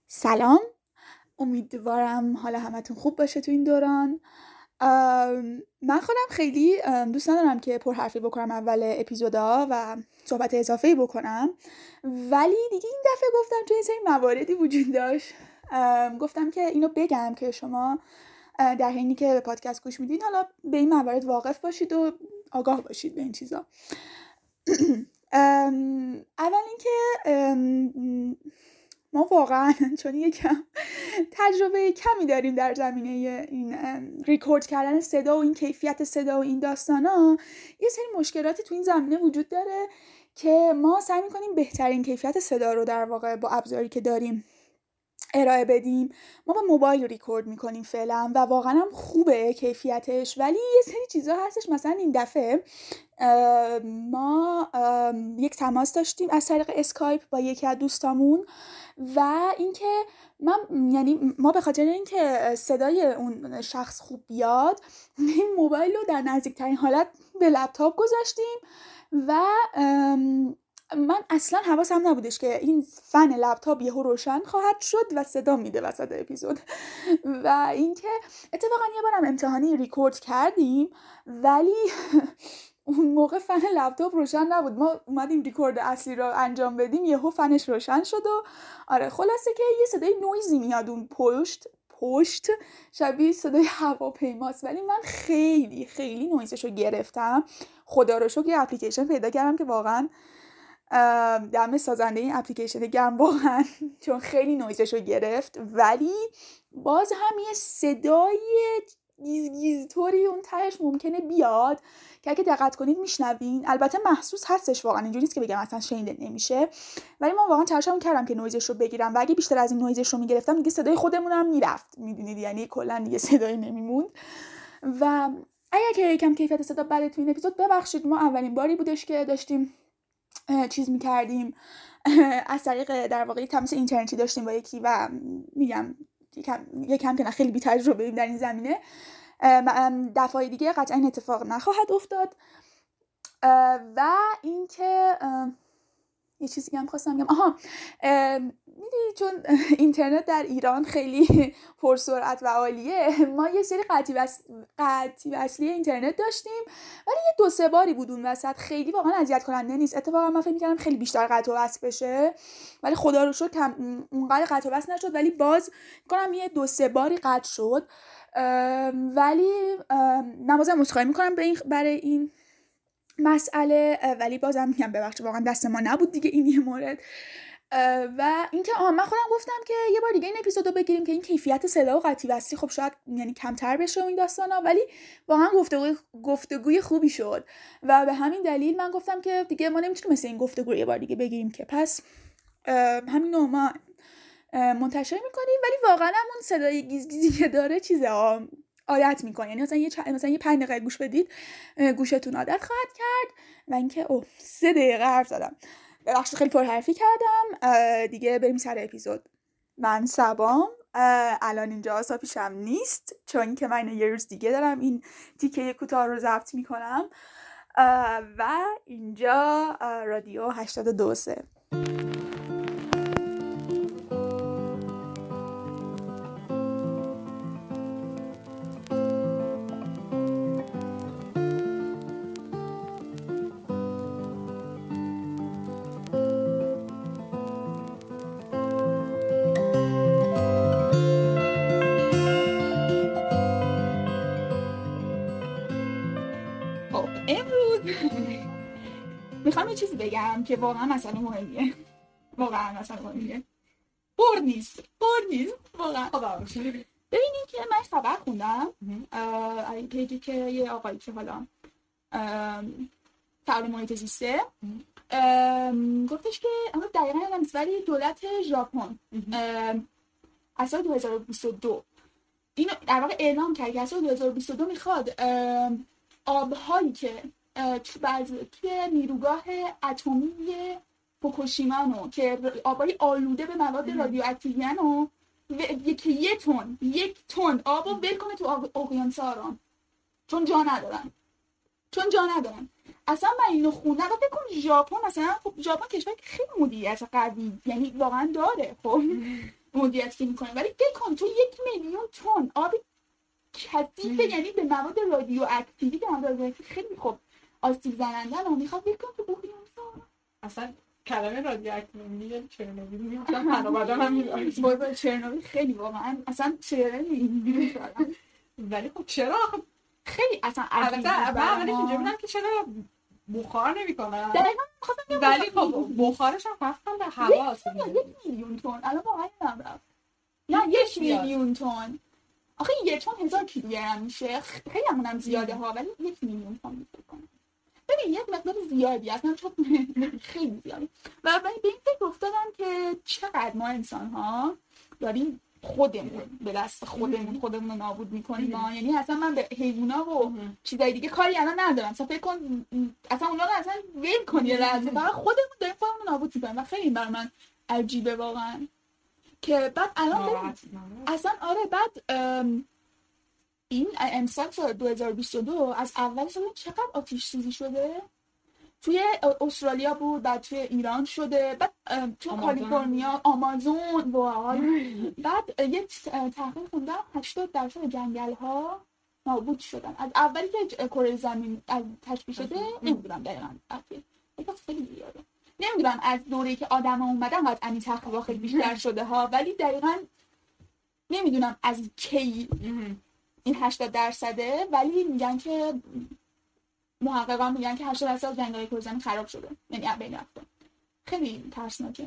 سلام، امیدوارم حال همتون خوب باشه تو این دوران. من خودم خیلی دوست ندارم که پرحرفی بکنم اول اپیزودا و صحبت اضافه‌ای بکنم، ولی دیگه این دفعه گفتم چون یه سری مواردی وجود داشت، گفتم که اینو بگم که شما در حینی که به پادکست گوش میدین حالا به این موارد واقف باشید و آگاه باشید به این چیزا. اول اینکه ما واقعا چون یکم تجربه کمی داریم در زمینه این ریکورد کردن صدا و این کیفیت صدا و این داستانا، یه سری مشکلاتی تو این زمینه وجود داره که ما سعی می‌کنیم بهترین کیفیت صدا رو در واقع با ابزاری که داریم ارائه بدیم. ما با موبایل ریکورد میکنیم فعلا و واقعا هم خوبه کیفیتش، ولی یه سری چیزا هستش. مثلا این دفعه ما یک تماس داشتیم از طریق اسکایپ با یکی از دوستامون و اینکه ما به خاطر اینکه صدای اون شخص خوب بیاد این موبایل رو در نزدیکترین حالت به لپتاپ گذاشتیم و من اصلا حواسم نبودش که این فن لپتاپ یهو روشن خواهد شد و صدا میده وسط اپیزود. و اینکه اتفاقا یه بارم امتحانی ریکورد کردیم ولی اون موقع فن لپتاپ روشن نبود. ما اومدیم ریکورد اصلی رو انجام بدیم یهو فنش روشن شد و آره خلاصه که یه صدای نویزی میاد اون پشت شبیه صدای هواپیماست، ولی من خیلی خیلی نویزشو گرفتم. خدا رو شکر یه اپلیکیشن پیدا کردم که واقعا دم سازنده این اپلیکیشن گرم واقعا، چون خیلی نویزشو گرفت، ولی باز هم یه صدای گیز طوری اون تهش ممکنه بیاد که اگه دقت کنید میشنوین. البته محسوس هستش واقعا، اینجوری نیست که بگم اصلا شنیده نمیشه، ولی من واقعا تلاشمو کردم که نویزش رو بگیرم و اگه بیشتر از این نویزش رو میگرفتم دیگه صدای خودمونم میرفت، میدونید، یعنی کلا دیگه صدایی نمیموند. و اگه که یکم کیفیت صدا بده تو این اپیزود ببخشید، ما اولین باری بودش که داشتیم چیز میکردیم از طریق در واقع تماس اینترنتی داشتیم با یکی و میگم یکم که خیلی بی تجربه ایم در این زمینه. دفعه دیگه قطعا این اتفاق نخواهد افتاد. و اینکه یه چیزی هم خواستم بگم، میدونی چون اینترنت در ایران خیلی پرسرعت و عالیه، ما یه سری قطعی وصلی اینترنت داشتیم ولی یه 2-3 باری بود اون وسط، خیلی واقعا اذیت کننده نیست. اتفاقا من فکر می‌کردم خیلی بیشتر قطع و وصل بشه، ولی خدا رو شکر اونقدر قطع و وصل نشد، ولی باز می‌کنم یه 2-3 باری قطع شد. ولی نمازم عذرخواهی می‌کنم برای این مسئله، ولی بازم میگم ببخشید واقعا دست ما نبود دیگه این یه مورد. و اینکه من خودم گفتم که یه بار دیگه این اپیزودو بگیریم که این کیفیت صدا و قطعی وصلی خب شاید یعنی کمتر بشه و این داستانا، ولی واقعا گفتگوی خوبی شد و به همین دلیل من گفتم که دیگه ما نمیتونیم مثل این گفتگو رو یه بار دیگه بگیریم که پس همینو ما منتشر میکنیم. ولی واقعا همون صدای گیزگیزی که داره چیزه عادت میکنه، یعنی مثلا یه 5 دقیقه گوش بدید گوشتون عادت خواهد کرد. و اینکه 3 دقیقه حرف زدم، ببخشید خیلی پرحرفی کردم. دیگه بریم سر اپیزود. من سبام، الان اینجا آسا پیشم نیست چون که من یه روز دیگه دارم این تیکه کوتاه رو ضبط میکنم و اینجا رادیو 82.3. میخوام یه چیزی بگم که واقعا مسئله مهمیه. برد نیست واقعا. ببینید که من خبر خوندم این پیجی که یه آقایی که حالا فعال محیط زیسته گفتش که دقیقا یادم نیست ولی دولت ژاپن از سال 2022 اینو در واقع اعلام کرد که از سال 2022 میخواد آبهایی که توی نیروگاه اتمی فوکوشیما که آبای آلوده به مواد رادیواکتیو که یک تن آبو ول کنه تو اقیانوس آرام، چون جا ندارن. اصلا من اینو خوندم و فکر کنم ژاپن مثلا، خب ژاپن کشور خیلی مدیریت قوی یعنی واقعا داره، خب مدیریت میکنه. ولی فکر کن تو 1,000,000 تن آب کثیف، یعنی به مواد رادیواکتیوی که رادیواکتیو خیلی خوب آسیب زننده رو میخواد. فکر کن تو بخوری اون اصلا کلمه رادیواکتیو میگه چرنوبیل میگفتم خانواده‌ام هم میگن بابا چرنوبیل خیلی واقعا اصلا چهره اینجوری شدم. ولی خب چرا خیلی اصلا عجیبه. البته اولش اینجوری بودم که چرا بخار نمی‌کنه، دقیقاً ولی خب بخارش هم رفتن به هوا. 1,000,000 تن الان واقعا نمی‌دونم. نه 1,000,000 تن. آخه 1 تن 1000 کیلوگرم میشه. خیلی همونم زیاده ها، ولی 1,000,000 تن میشه کنه. ببین یک مقدار زیادی اصلا، چون خیلی زیاده. و به این فکر افتادم که چقدر ما انسان ها داریم خودمون به دست خودمون رو نابود میکنیم. یعنی اصلا من به حیونا و چیزای دیگه کاری الان ندارم. اصلا فکر کن اصلا اونا رو اصلا ول کن یه لحظه، فقط خودمون داریم خودمون رو نابود میکنیم. و خیلی برای من عجیبه واقعا که بعد الان اصلا آره بعد این امسال سال 2022 از اول سال چقدر آتش سوزی شده. توی استرالیا بود، بعد توی ایران شده، بعد تو کالیفرنیا آمازون وای. بعد یه تحقیق خوندم 80% جنگل ها نابود شدن از اولی که کره زمین تشکیل شده. نمیدونم دقیقاً خیلی زیاده. نمیدونم از دوره‌ای که آدم‌ها اومدن قطعاً این تحقیقات خیلی بیشتر شده ها، ولی دقیقاً نمیدونم از کی این 80%، ولی میگن که محققان میگن که 80% جنگل کره زمین خراب شده، یعنی از بین رفته. خیلی ترسناکه.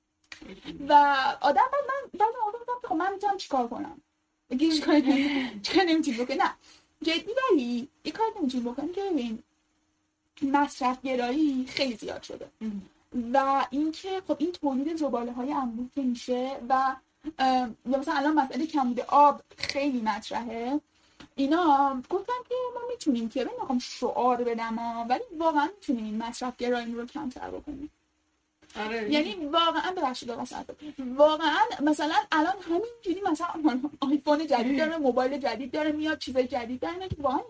و آدم بعد آدم خب من میتونم چیکار کنم؟ چیکار نمیتونی بکنی؟ نه جدی، ولی یه کار نمیتونی بکنی که ببین مصرف گرایی خیلی زیاد شده و اینکه خب این تولید زباله‌های انبوه که میشه و مثلا الان مسئله کمبود آب خیلی مطرحه. اینا گفتم که ما میتونیم که ببین شعار بدم ولی واقعا میتونیم این مصرف گرایی رو کمتر بکنیم. آره. یعنی واقعا ببخشید واقعا مثلا الان همینجوری مثلا آیفون جدید داره، موبایل جدید داره میاد، چیزای جدید داره که واقعا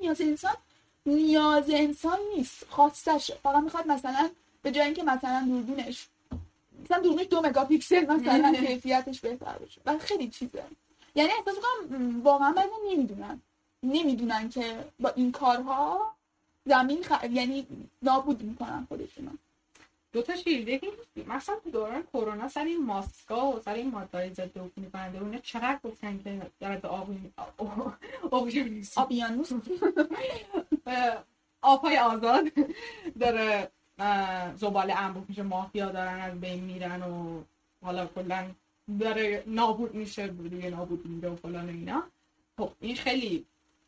نیاز انسان نیست، خواستشه. فقط میخواد مثلا به جای اینکه مثلا دوربینش 2 مگاپیکسل مثلا کیفیتش بهتر بشه و خیلی چیزه. یعنی احساس می‌کنم واقعا بعضی نمیدونن که با این کارها زمین یعنی نابود میکنن خودشون. دو تا چیز، یکی مثلا تو دوران کرونا سر این ماسکا و سر این ماده‌های ضد عفونی کننده اونا چقدر گفتن که داره به آبیانوس آب‌های آزاد داره زباله انبوه میشه، مافیا دارن از بین میرن و حالا کلا داره نابود میشه، روی نابود میره و فلان و اینا. خب این خیلی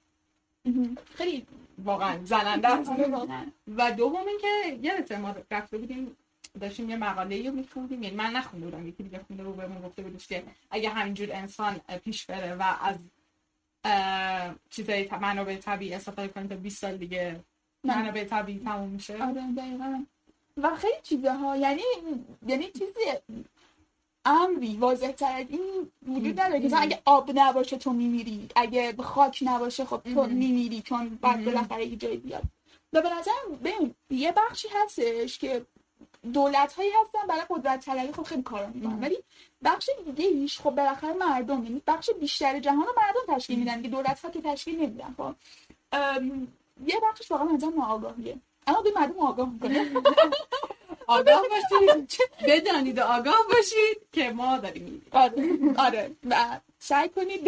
واقعا زننده است. و دوم این که یادته ما رفته بودیم داشتیم یه مقاله‌ای رو می‌خوندیم، یعنی من نخونده بودم، یکی دیگه خونده بود بهمون گفته بود که اگه همینجور انسان پیش بره و از چیزای منابع طبیعی استفاده کنه تا 20 سال دیگه منابع طبیعی تموم میشه. آره دقیقاً. و خیلی چیزها یعنی چیزی امری واضح تر از این وجود نداره که اگه آب نباشه تو میمیری، اگه خاک نباشه خب تو میمیری، چون بعد بالاخره یه جایی بیاد. و به نظرم ببین یه بخشی هستش که دولت‌هایی هستن برای قدرت طلبی خب خیلی کارا میکنن، ولی بخش دیگه ایش خب بالاخره مردم، یعنی بخش بیشتر جهان رو مردم تشکیل میدن که دولت‌ها که تشکیل نمیدن. خب یه بخشش واقعا مثلا ناآگاهیه. اما به مردم آگاه کنه. آگاه باشید، بدانید آگاه باشید که ما داریم. آره و سعی کنید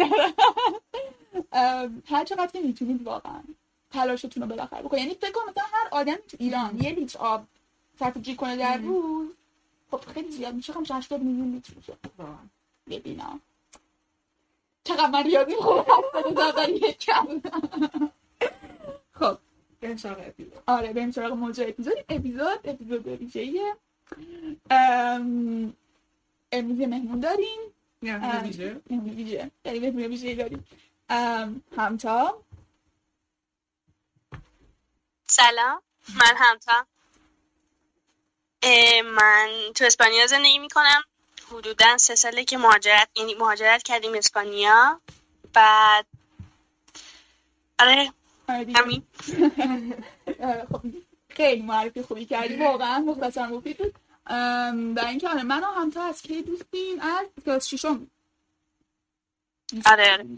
هر چقدر که میتونید واقعا تلاشتون رو بالاخره بکنید. یعنی فکر کنم مثلا هر آدمی تو ایران 1 لیتر آب صرفه‌جویی کنه در روز، خب خیلی زیاد میشه، 80 میلیون لیتر میشه. ببینا چقدر من ریاضی خوبم کم. خب بریم سراغ اپیزود. آره بریم سراغ موضوع اپیزود ویژه‌ایه. امروز مهمون داریم. مهمون ویژه داریم. همتا. سلام، من همتا. من تو اسپانیا زندگی میکنم. حدوداً 3 ساله که مهاجرت کردیم اسپانیا. بعد آره همین. خب خیلی معرفی خوبی کردی، واقعا مختصر مفید بود. برای اینکه آره من و همتا از کی دوستیم؟ از کلاس 6 آره.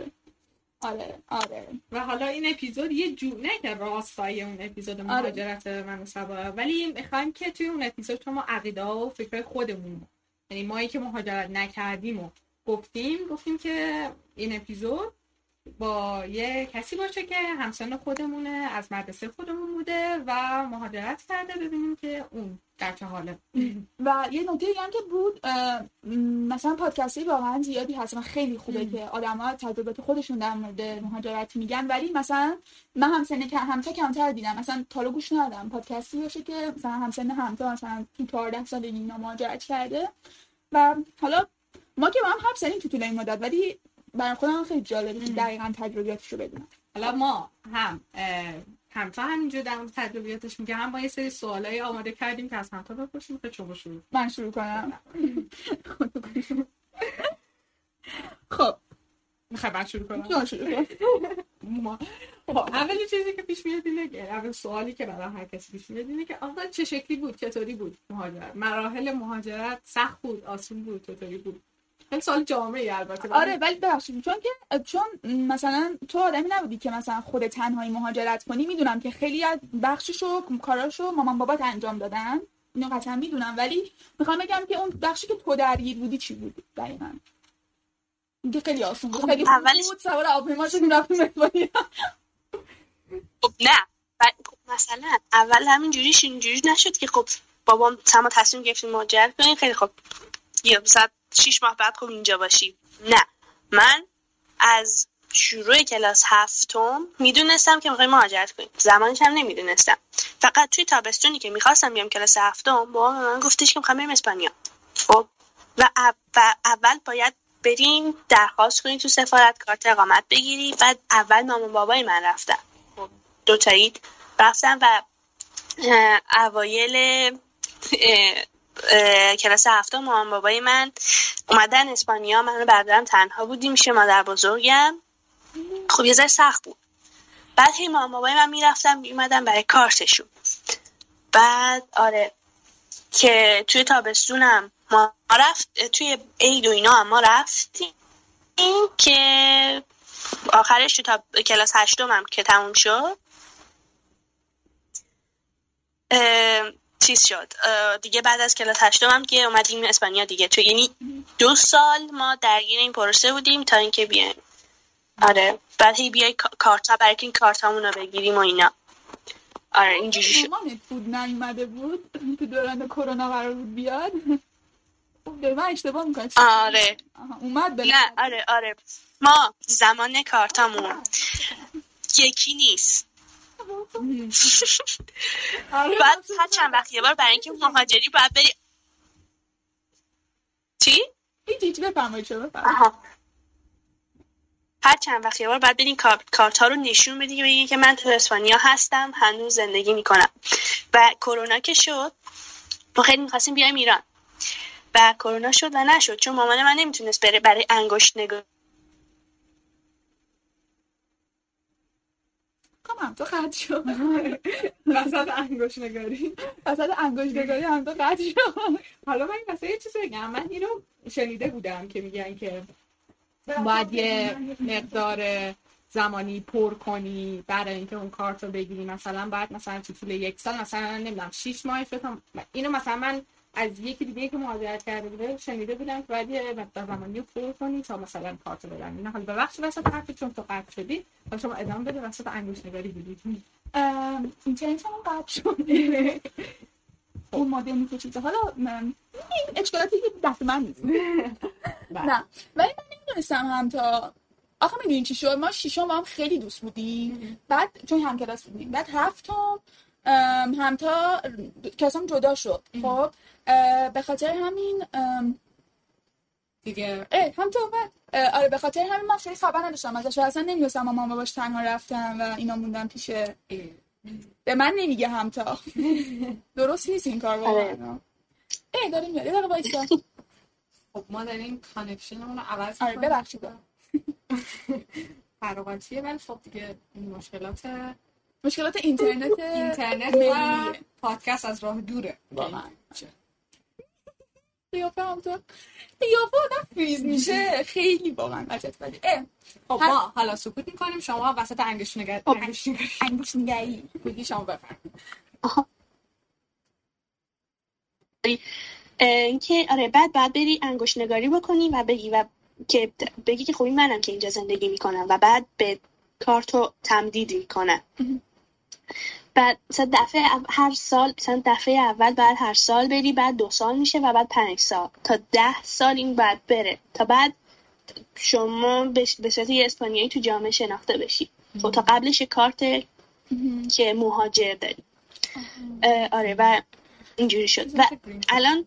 آره. و حالا این اپیزود یه نه که راستای اون اپیزود مهاجرت من و سبا، ولی میخوایم که توی اون اپیزود ما عقیده و فکرهای خودمون، یعنی مایی که مهاجرت نکردیم و گفتیم که این اپیزود با یه کسی باشه که همسن خودمونه، از مدرسه خودمون بوده و مهاجرت کرده، ببینیم که اون در چه حاله. و یه نکته دیگه هم که بود، مثلا پادکستی واقعا زیادی هست و خیلی خوبه که آدم‌ها تجربیات خودشون در مورد مهاجرت میگن، ولی مثلا من همسن همتا کمتر دیدم، مثلا تا گوش ندادم پادکستی باشه که مثلا همسن همتا مثلا تو 14 سالگی اینا مهاجرت کرده. و حالا ما که با هم حرف زدیم تو طول این مدت، ولی برای خودم خیلی جالبه که دقیقاً تجربیاتشو بدونم. حالا ما همتا همینجور در مورد تجربیاتش میگه، هم با یه سری سوالای آماده کردیم که از همتا بپرسیم. که شما شروع من شروع کنم. خب میخوای من شروع کنم؟ شما شروع کن. اول چیزی که پیش میاد اینه که اول سوالی که برای هر کسی پیش میاد اینه که آقا چه شکلی بود، چطوری بود مهاجرت، مراحل مهاجرت سخت بود، آسون بود، چطوری بود؟ خیلی سوال جامعی البته. آره ولی ببخشید چون مثلا تو آدمی نبودی که مثلا خود تنهایی مهاجرت کنی. میدونم که خیلی از بخششو کاراشو مامان بابات انجام دادن، اینو قطعا میدونم، ولی میخوام بگم که اون بخشی که تو درگیر بودی چی بود دقیقاً؟ دیگه خیلی آسون بود، خیلی اولش بود، سوار هواپیما شدیم رفتیم اسپانیا. خب نه مثلا اول اینجوری نشد که خب بابام ما تصمیم گرفتیم مهاجرت کنیم، خیلی خب یه مثلا 6 ماه بعد خب اینجا باشیم. نه، من از شروع کلاس 7 میدونستم که میخوایم مهاجرت کنیم. زمانش هم نمیدونستم، فقط توی تابستونی که میخواستم بیام کلاس 7 بابام من گفتش که میخوام بریم اسپانیا. خب و اول باید بریم درخواست کنیم تو سفارت کارت اقامت بگیری. بعد اول مامان بابای من رفتن، خب دو تایی رفتن و اوایل کلاس 7 مامان بابای من اومدن اسپانیا، من و برادرم تنها بودیم میشه مادر بزرگم. خب یه ذره سخت بود. بعد هی مامان بابای من میرفتن میومدن برای کارتشون. بعد آره که توی تابستونم ما رفت، توی عید و اینا هم ما رفتیم که آخرش تو کلاس 8 هم که تموم شد چیز شد دیگه. بعد از کلاس 8 هم که اومدیم اسپانیا دیگه، تو یعنی 2 سال ما درگیر این پروسه بودیم تا اینکه بیایم. آره بعد هی بیای کارتا برای این کارتامون رو بگیریم و اینا. آره اینجوری شد. مامانت بود نیومده بود تو دوران کرونا قرار بود بیاد؟ من اشتباه میکنم. آره اومد بله. نه آره ما زمان کارتامون یکی نیست. بعد هر چند وقت یه بار برای اینکه مهاجری باید بری چی؟ هیچ بفرمایید شما. هر چند وقت یه بار باید برین کارتا رو نشون بدی که بگی که من تو اسپانیا هستم، هنوز زندگی میکنم. و کرونا که شد ما خیلی میخواستیم بیایم ایران و کرونا شد و نشد، چون مامان من نمیتونست بره برای انگشت نگاری. هم تو قطع شد وسط انگشت نگاری هم تو قطع شد. حالا من مثلا یه چیز بگم، من اینو شنیده بودم که میگن که باید یه مقدار زمانی پر کنی برای اینکه اون کارت رو بگیری. مثلا باید مثلا طول 1 سال مثلا نمیدونم 6 ماه شد. اینو مثلا من از یکی دیگه که مهاجرت کرده بوده شنیده بودم که باید یه مقدار زمانی رو پر کنی تا مثلا کارت رو بدن. اینا حالا ببخشید وسط حرفی چون تو قطع شدی، حالا شما ادامه بده. وسط انگشت نگاری بودید اینترنت هم قطع شد. اون مادمی که چیزه حالا این اشکالاتی که دست من نیست. نه ولی من نمیدونستم هم تا آخه میدونین چی شد. ما 6 با هم خیلی دوست بودیم، بعد چون هم کلاس بودیم، بعد 7 هم تا کلاسام جدا شد. خب به خاطر همین دیگه هم تا آره به خاطر همین من خیلی خبر نداشتم ازش، اصلا نمیدونستم مامان باباش تنها رفتن و اینا موندن پیش. به من نمیگه هم تا درست نیست این کار واقعا. داریم میاد یه دقیقه وایسا. خب ما داریم کانکشنمون رو عوض کنیم. آره ببخشید فراغتیه، ولی خب دیگه مشکلات اینترنت و پادکست از راه دوره. قیافه همطور قیافه آدم فریز میشه. خیلی واقعا عجب. ولی خب ما حالا سکوت میکنیم، شما وسط انگشت نگری بگی، شما بفرمایید. اینکه آره بعد بری انگشت نگاری بکنی و بگی که خب این منم که اینجا زندگی میکنم و بعد به کارتو تمدید میکنن. بعد مثلا دفعه اول بعد هر سال بری، بعد 2 سال میشه و بعد 5 سال تا 10 سال این بعد بره تا بعد شما به صورت یه اسپانیایی تو جامعه شناخته بشی. خب تا قبلش کارت که مهاجر داری. آره و اینجوری شد. و الان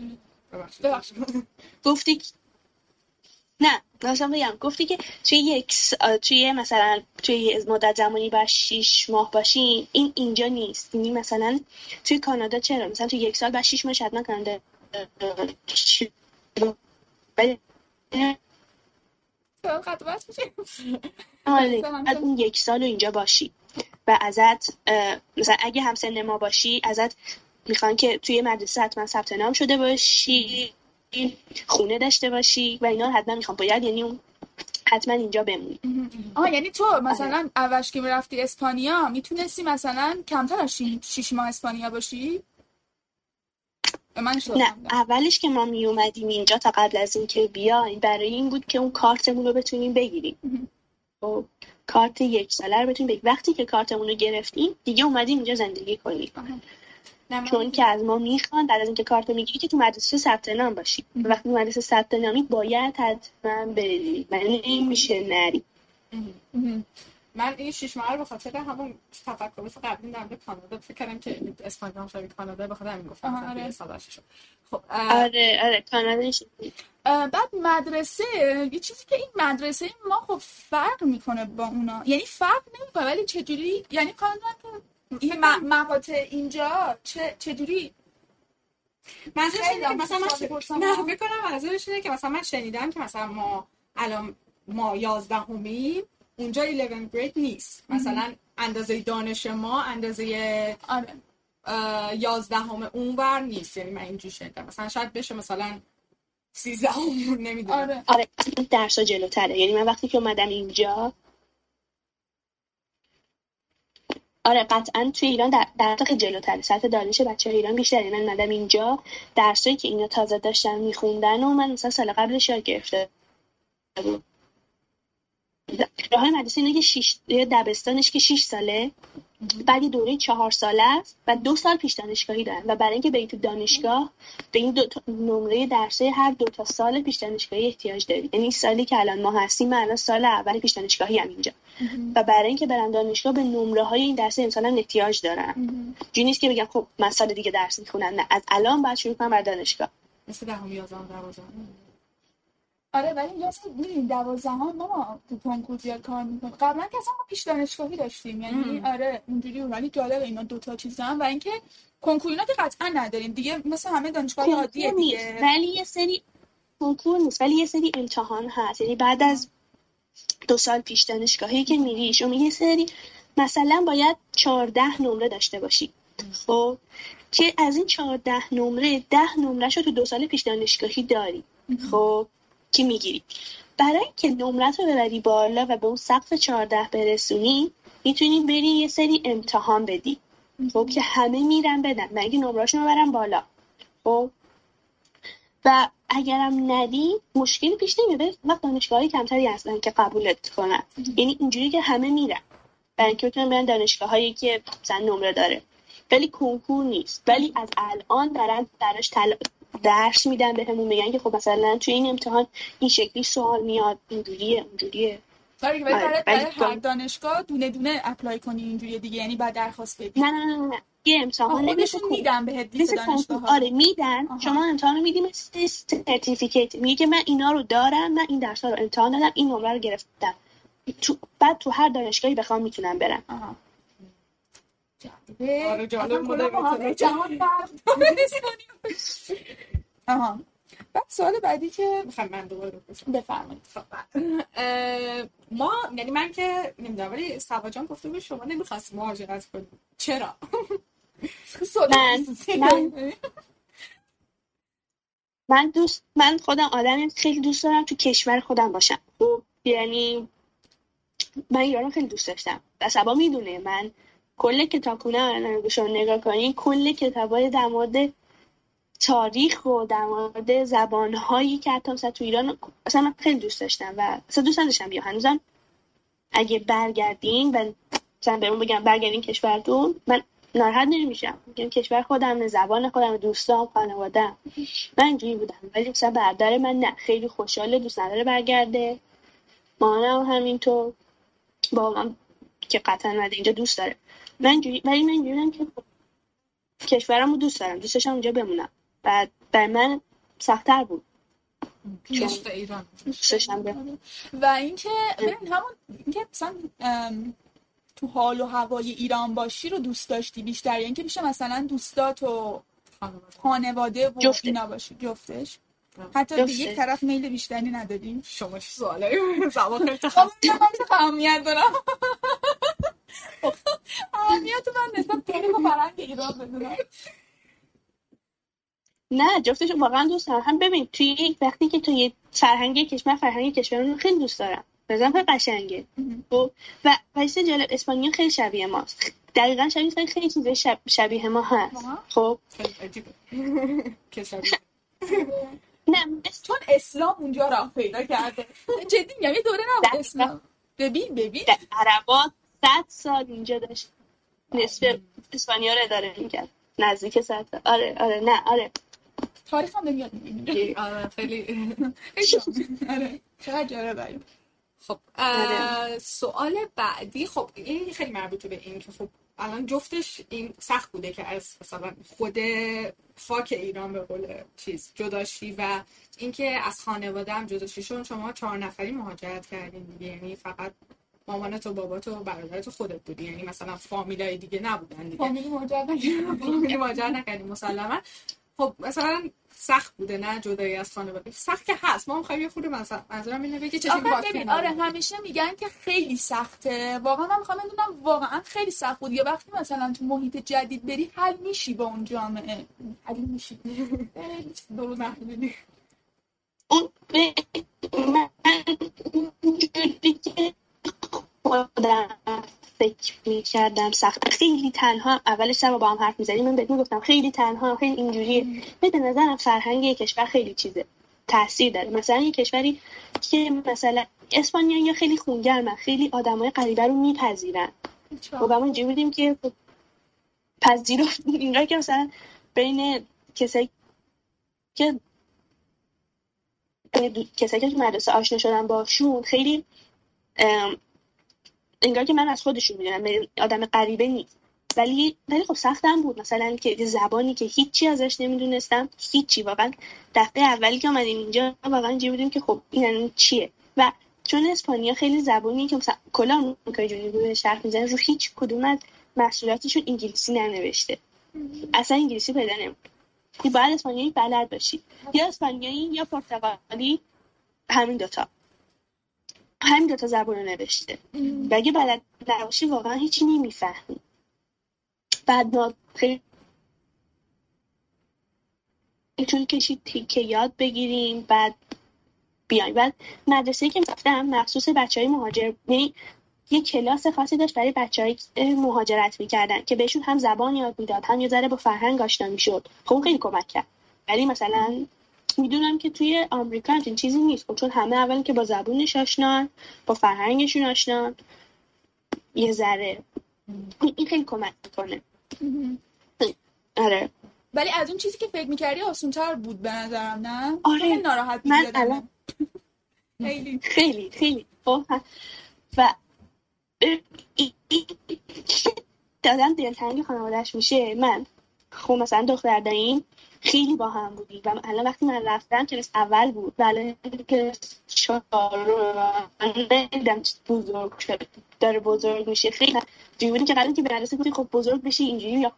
گفتی نه مثلا بگم گفتی که توی مثلا توی مدت زمانی باید 6 ماه باشین. این اینجا نیست. یعنی مثلا توی کانادا چرا مثلا توی 1 سال بعد 6 ماه حتما کانادا خطوبت میشه. آره بعد اون 1 سال رو اینجا باشی و ازت مثلا اگه همسن ما باشی ازت میخوان که توی مدرسه حتما ثبت نام شده باشی، خونه داشته باشی و اینا حتما میخوام باید، یعنی اون حتما اینجا بمونی. یعنی تو مثلا اولش که میرفتی اسپانیا میتونستی مثلا کمتر از 6 ماه اسپانیا باشی؟ نه اولش که ما می اومدیم اینجا تا قبل از این که بیایم برای این بود که اون کارتمون رو بتونیم بگیریم. خب کارت 1 ساله رو بتونیم بگیریم. وقتی که کارتمون رو گرفتیم دیگه اومدیم اینجا زندگی کنیم. چون که از ما میخوان بعد از اینکه کارت میگیری که تو مدرسه ثبت نام باشی. وقتی مدرسه ثبت نامی باید حتما بری و نمیشه نری. من این 6 ماه رو به خاطر همون تفکرات قبلی در مورد کانادا فکر کردم که اسپانیا هم شبیه کانادا، به خاطر همین گفتم مثلا سالش شد. خب آره کانادا. بعد مدرسه یه چیزی که این مدرسه ما خب فرق میکنه با اونا، یعنی فرق نمیکنه ولی چجوری، یعنی کانادا این مقاطع اینجا چجوری منظورش اینه که مثلا نه فکر کنم منظورش اینه که مثلا من شنیدم که مثلا ما 11می اونجا 11 گرید نیست. مثلا اندازه دانش ما اندازه 11 اونور نیست. یعنی من اینجوری شنیدم مثلا شاید بشه مثلا 13 نمیدونم. آره درسا جلوتره. یعنی من وقتی که اومدم اینجا آره قطعا توی ایران در خیلی جلوتره. سطح دانش بچه‌های ایران بیشتره. من اومدم اینجا درسایی که اینا تازه داشتن میخوندن و من مثلا سال قبلش یاد گرفته بودم. راه مدرسه اینه که دبستانش که 6 ساله، بعد یه دوره 4 ساله است و 2 سال پیش دانشگاهی دارن و برای اینکه بری تو دانشگاه به این نمره درسه هر 2 سال پیش دانشگاهی احتیاج داری. یعنی سالی که الان ما هستیم، من الان سال اول پیش دانشگاهی ام اینجا و برای اینکه برم دانشگاه به نمره های این درس امسال احتیاج دارم. جوری نیست که بگم خب من سال دیگه درس میخونم، نه از الان باید شروع کنم بر دانشگاه. مثل 10 11 12. آره ولی اینجا اصلا می‌بینید 12 ما تو کنکور زیاد کار می‌کنیم. قبلا که اصلا ما پیش دانشگاهی داشتیم، یعنی آره اینجوری بود. ولی جالب اینا 2 چیزا و اینکه کنکور اینا که قطعا نداریم دیگه، مثل همه دانشگاه عادیه دیگه. ولی یه سری کنکور نیست، ولی یه سری امتحان هست. یعنی بعد از 2 سال پیش دانشگاهی که میری شما یه سری مثلا باید 14 نمره داشته باشی. خب که از این 14 نمره 10 نمرهشو تو 2 سال پیش دانشگاهی داری. خب که میگیری. برای که نمرت رو ببری بالا و به اون سقف 14 برسونی میتونی بری یه سری امتحان بدی. خب که همه میرن بدن مگه نمرهاشون رو برن بالا. خب و اگرم ندی مشکلی پیش نمیاد. وقت دانشگاهی کمتری هستن که قبولت کنن. یعنی اینجوری که همه میرن برای اینکه بتونن برن دانشگاهایی که مثلا نمره داره، ولی کنکور نیست. ولی از الان دارن براش درس میدن بهمون، میگن که خب مثلا توی این امتحان این شکلی سوال میاد، اینجوریه اونجوریه. برای هر دانشگاه دونه دونه اپلای کنی اینجوریه دیگه، یعنی بعد درخواست بدی. نه یه امتحان خودشون میدن بهت لیست دانشگاه. آره میدن. شما امتحان رو میدی مثل سرتیفیکیت، میگه که من اینا رو دارم، من این درس‌ها رو امتحان دادم، این نمره رو گرفتم. بعد تو هر دانشگاهی بخوام میتونم برم. آره جالب مدل جهان بعد سوال بعدی که میخوام من دوباره بفرمایید. ما یعنی من که نمیدونم ولی سوا جان گفته بود شما نمیخواستید مهاجرت کنید. چرا؟ من من خودم آدمی خیلی دوست دارم تو کشور خودم باشم. خب یعنی من ایران خیلی دوست داشتم و سبا میدونه من کل کتابخونه رو نگاه کنی، کل کتابای در مورد تاریخ و در مورد زبانهایی که حتی مثلا تو ایران اصلا من خیلی دوست داشتم و اصلا دوست نداشتم بیام. هنوزم اگه برگردین و مثلا بهمون بگم برگردین کشورتون، من ناراحت نمیشم، میگم کشور خودم، زبان خودم، دوستام، خانواده‌ام. من اینجوری بودم. ولی مثلا برادر من نه، خیلی خوشحاله، دوست نداره برگرده. مامانم همینطور، بابام که قطعا اومده اینجا دوست داره. من اینجوری بودم که کشورمو دوست دارم، دوست داشتم اونجا بمونم و برای من سخت‌تر بود عشق ایران. دوست داشتم بمونم. و اینکه ببین همون اینکه مثلا تو حال و هوای ایران باشی رو دوست داشتی بیشتر، یعنی اینکه میشه مثلا دوستات و خانواده و اینا باشی جفتش، حتی به یک طرف میل بیشتری نداری؟ شما چه سوالایی زبان تخصص من اهمیت دارم. اهمیت من نسبت به فرهنگ ایران بدونم. نه جفتش واقعا دوست دارم. هم ببین توی وقتی که تو یه فرهنگ کشور رو خیلی دوست دارم، مثلا خیلی قشنگه. و واسه جالب اسپانیا خیلی شبیه ماست، دقیقاً خیلی چیزای شبیه ما هست. خب خیلی عجیبه که شبیه نه چون اسلام اونجا راه پیدا کرده. جدی میگم یه دوره نبود اسلام. ببین عربا 100 سال اینجا داشت، نصف اسپانیا رو اداره می‌کرد، نزدیک 100 سال. آره تاریخ هم نمیاد میبینی. آره خیلی آره چقدر جالبه. خب سوال بعدی، خب این خیلی مربوطه به این که خب الان جفتش این سخت بوده که از مثلا خود فاک ایران به قول چیز جداشی و اینکه از خانواده هم جداشی، چون شما 4 نفری مهاجرت کردین دیگه، یعنی فقط مامانت و بابات و برادرت و خودت بودی، یعنی مثلا فامیلای دیگه نبودن دیگه. فامیلی مهاجرت نکردیم مسلما. خب مثلا سخت بوده نه جدایی از خانواده؟ سخت که هست، ما می‌خوایم یه خورده مثلا منظورم اینه بگی چه ببین آره همیشه میگن که خیلی سخته، واقعا من میخوام بدونم واقعا خیلی سخت بود یا وقتی مثلا تو محیط جدید بری حل میشی با اون جامعه، حل میشی درست نمیدونی اون من جوری که خودم فکر می‌کردم سخت، خیلی تنها اولش سر با هم حرف می‌زدیم، من بهت میگفتم خیلی تنها، خیلی اینجوریه. به نظرم فرهنگ یک کشور خیلی چیزه، تاثیر داره. مثلا یک کشوری که مثلا اسپانیا یا خیلی خونگرمه، خیلی آدمای غریبه رو میپذیرن. و ما اینجوری بودیم که پذیرفت اینجا که مثلا بین کسایی که تو مدرسه آشنا شدن باشون خیلی انگار که من از خودشون میدونم، آدم غریبه نیست. ولی خب سختم بود، مثلا که زبانی که هیچی ازش نمیدونستم، هیچی. واقعا دفعه اولی که اومدیم اینجا واقعا اینجوری بودیم که خب این چیه. و چون اسپانیا خیلی زبانی که مثلا کلا آمریکای جنوبی شرق میزنه، رو هیچ کدوم از محصولاتشون انگلیسی ننوشته، اصلا انگلیسی پیدا نمیشه. باید اسپانیایی بلد باشی، یا اسپانیایی یا پرتغالی، همین دوتا زبان رو نوشته. و اگه بلد نباشی واقعا هیچی نمیفهمی. بعد ما خیلی طول کشید که یاد بگیریم، بعد بیایم. بعد مدرسه‌ای که رفتم مخصوص بچهای مهاجر، یعنی یه کلاس خاصی داشت برای بچهای مهاجرت میکردن که بهشون هم زبان یاد میداد، هم یه ذره با فرهنگ آشنا میشد. خب خیلی کمک کرد. ولی مثلا میدونم که توی آمریکا این چیزی نیست، چون همه اول که با زبونش آشنان، با فرهنگشون آشنان، یه ذره این خیلی کمک میکنه. آره. ولی از اون چیزی که فکر میکردی آسان‌تر بود به نظرم، نه؟ آره ناراحت من الان خیلی و دادم دلتنگ خانواده‌اش میشه. من خب مثلا دختر داییم خیلی با هم بودیم و الان وقتی من رفتم کلاس اول بود، ولی کلاس 4 ندیدم داره بزرگ میشه. خیلی جوری بودیم که قبل که به مدرسه بودیم خب بزرگ بشی اینجوری یا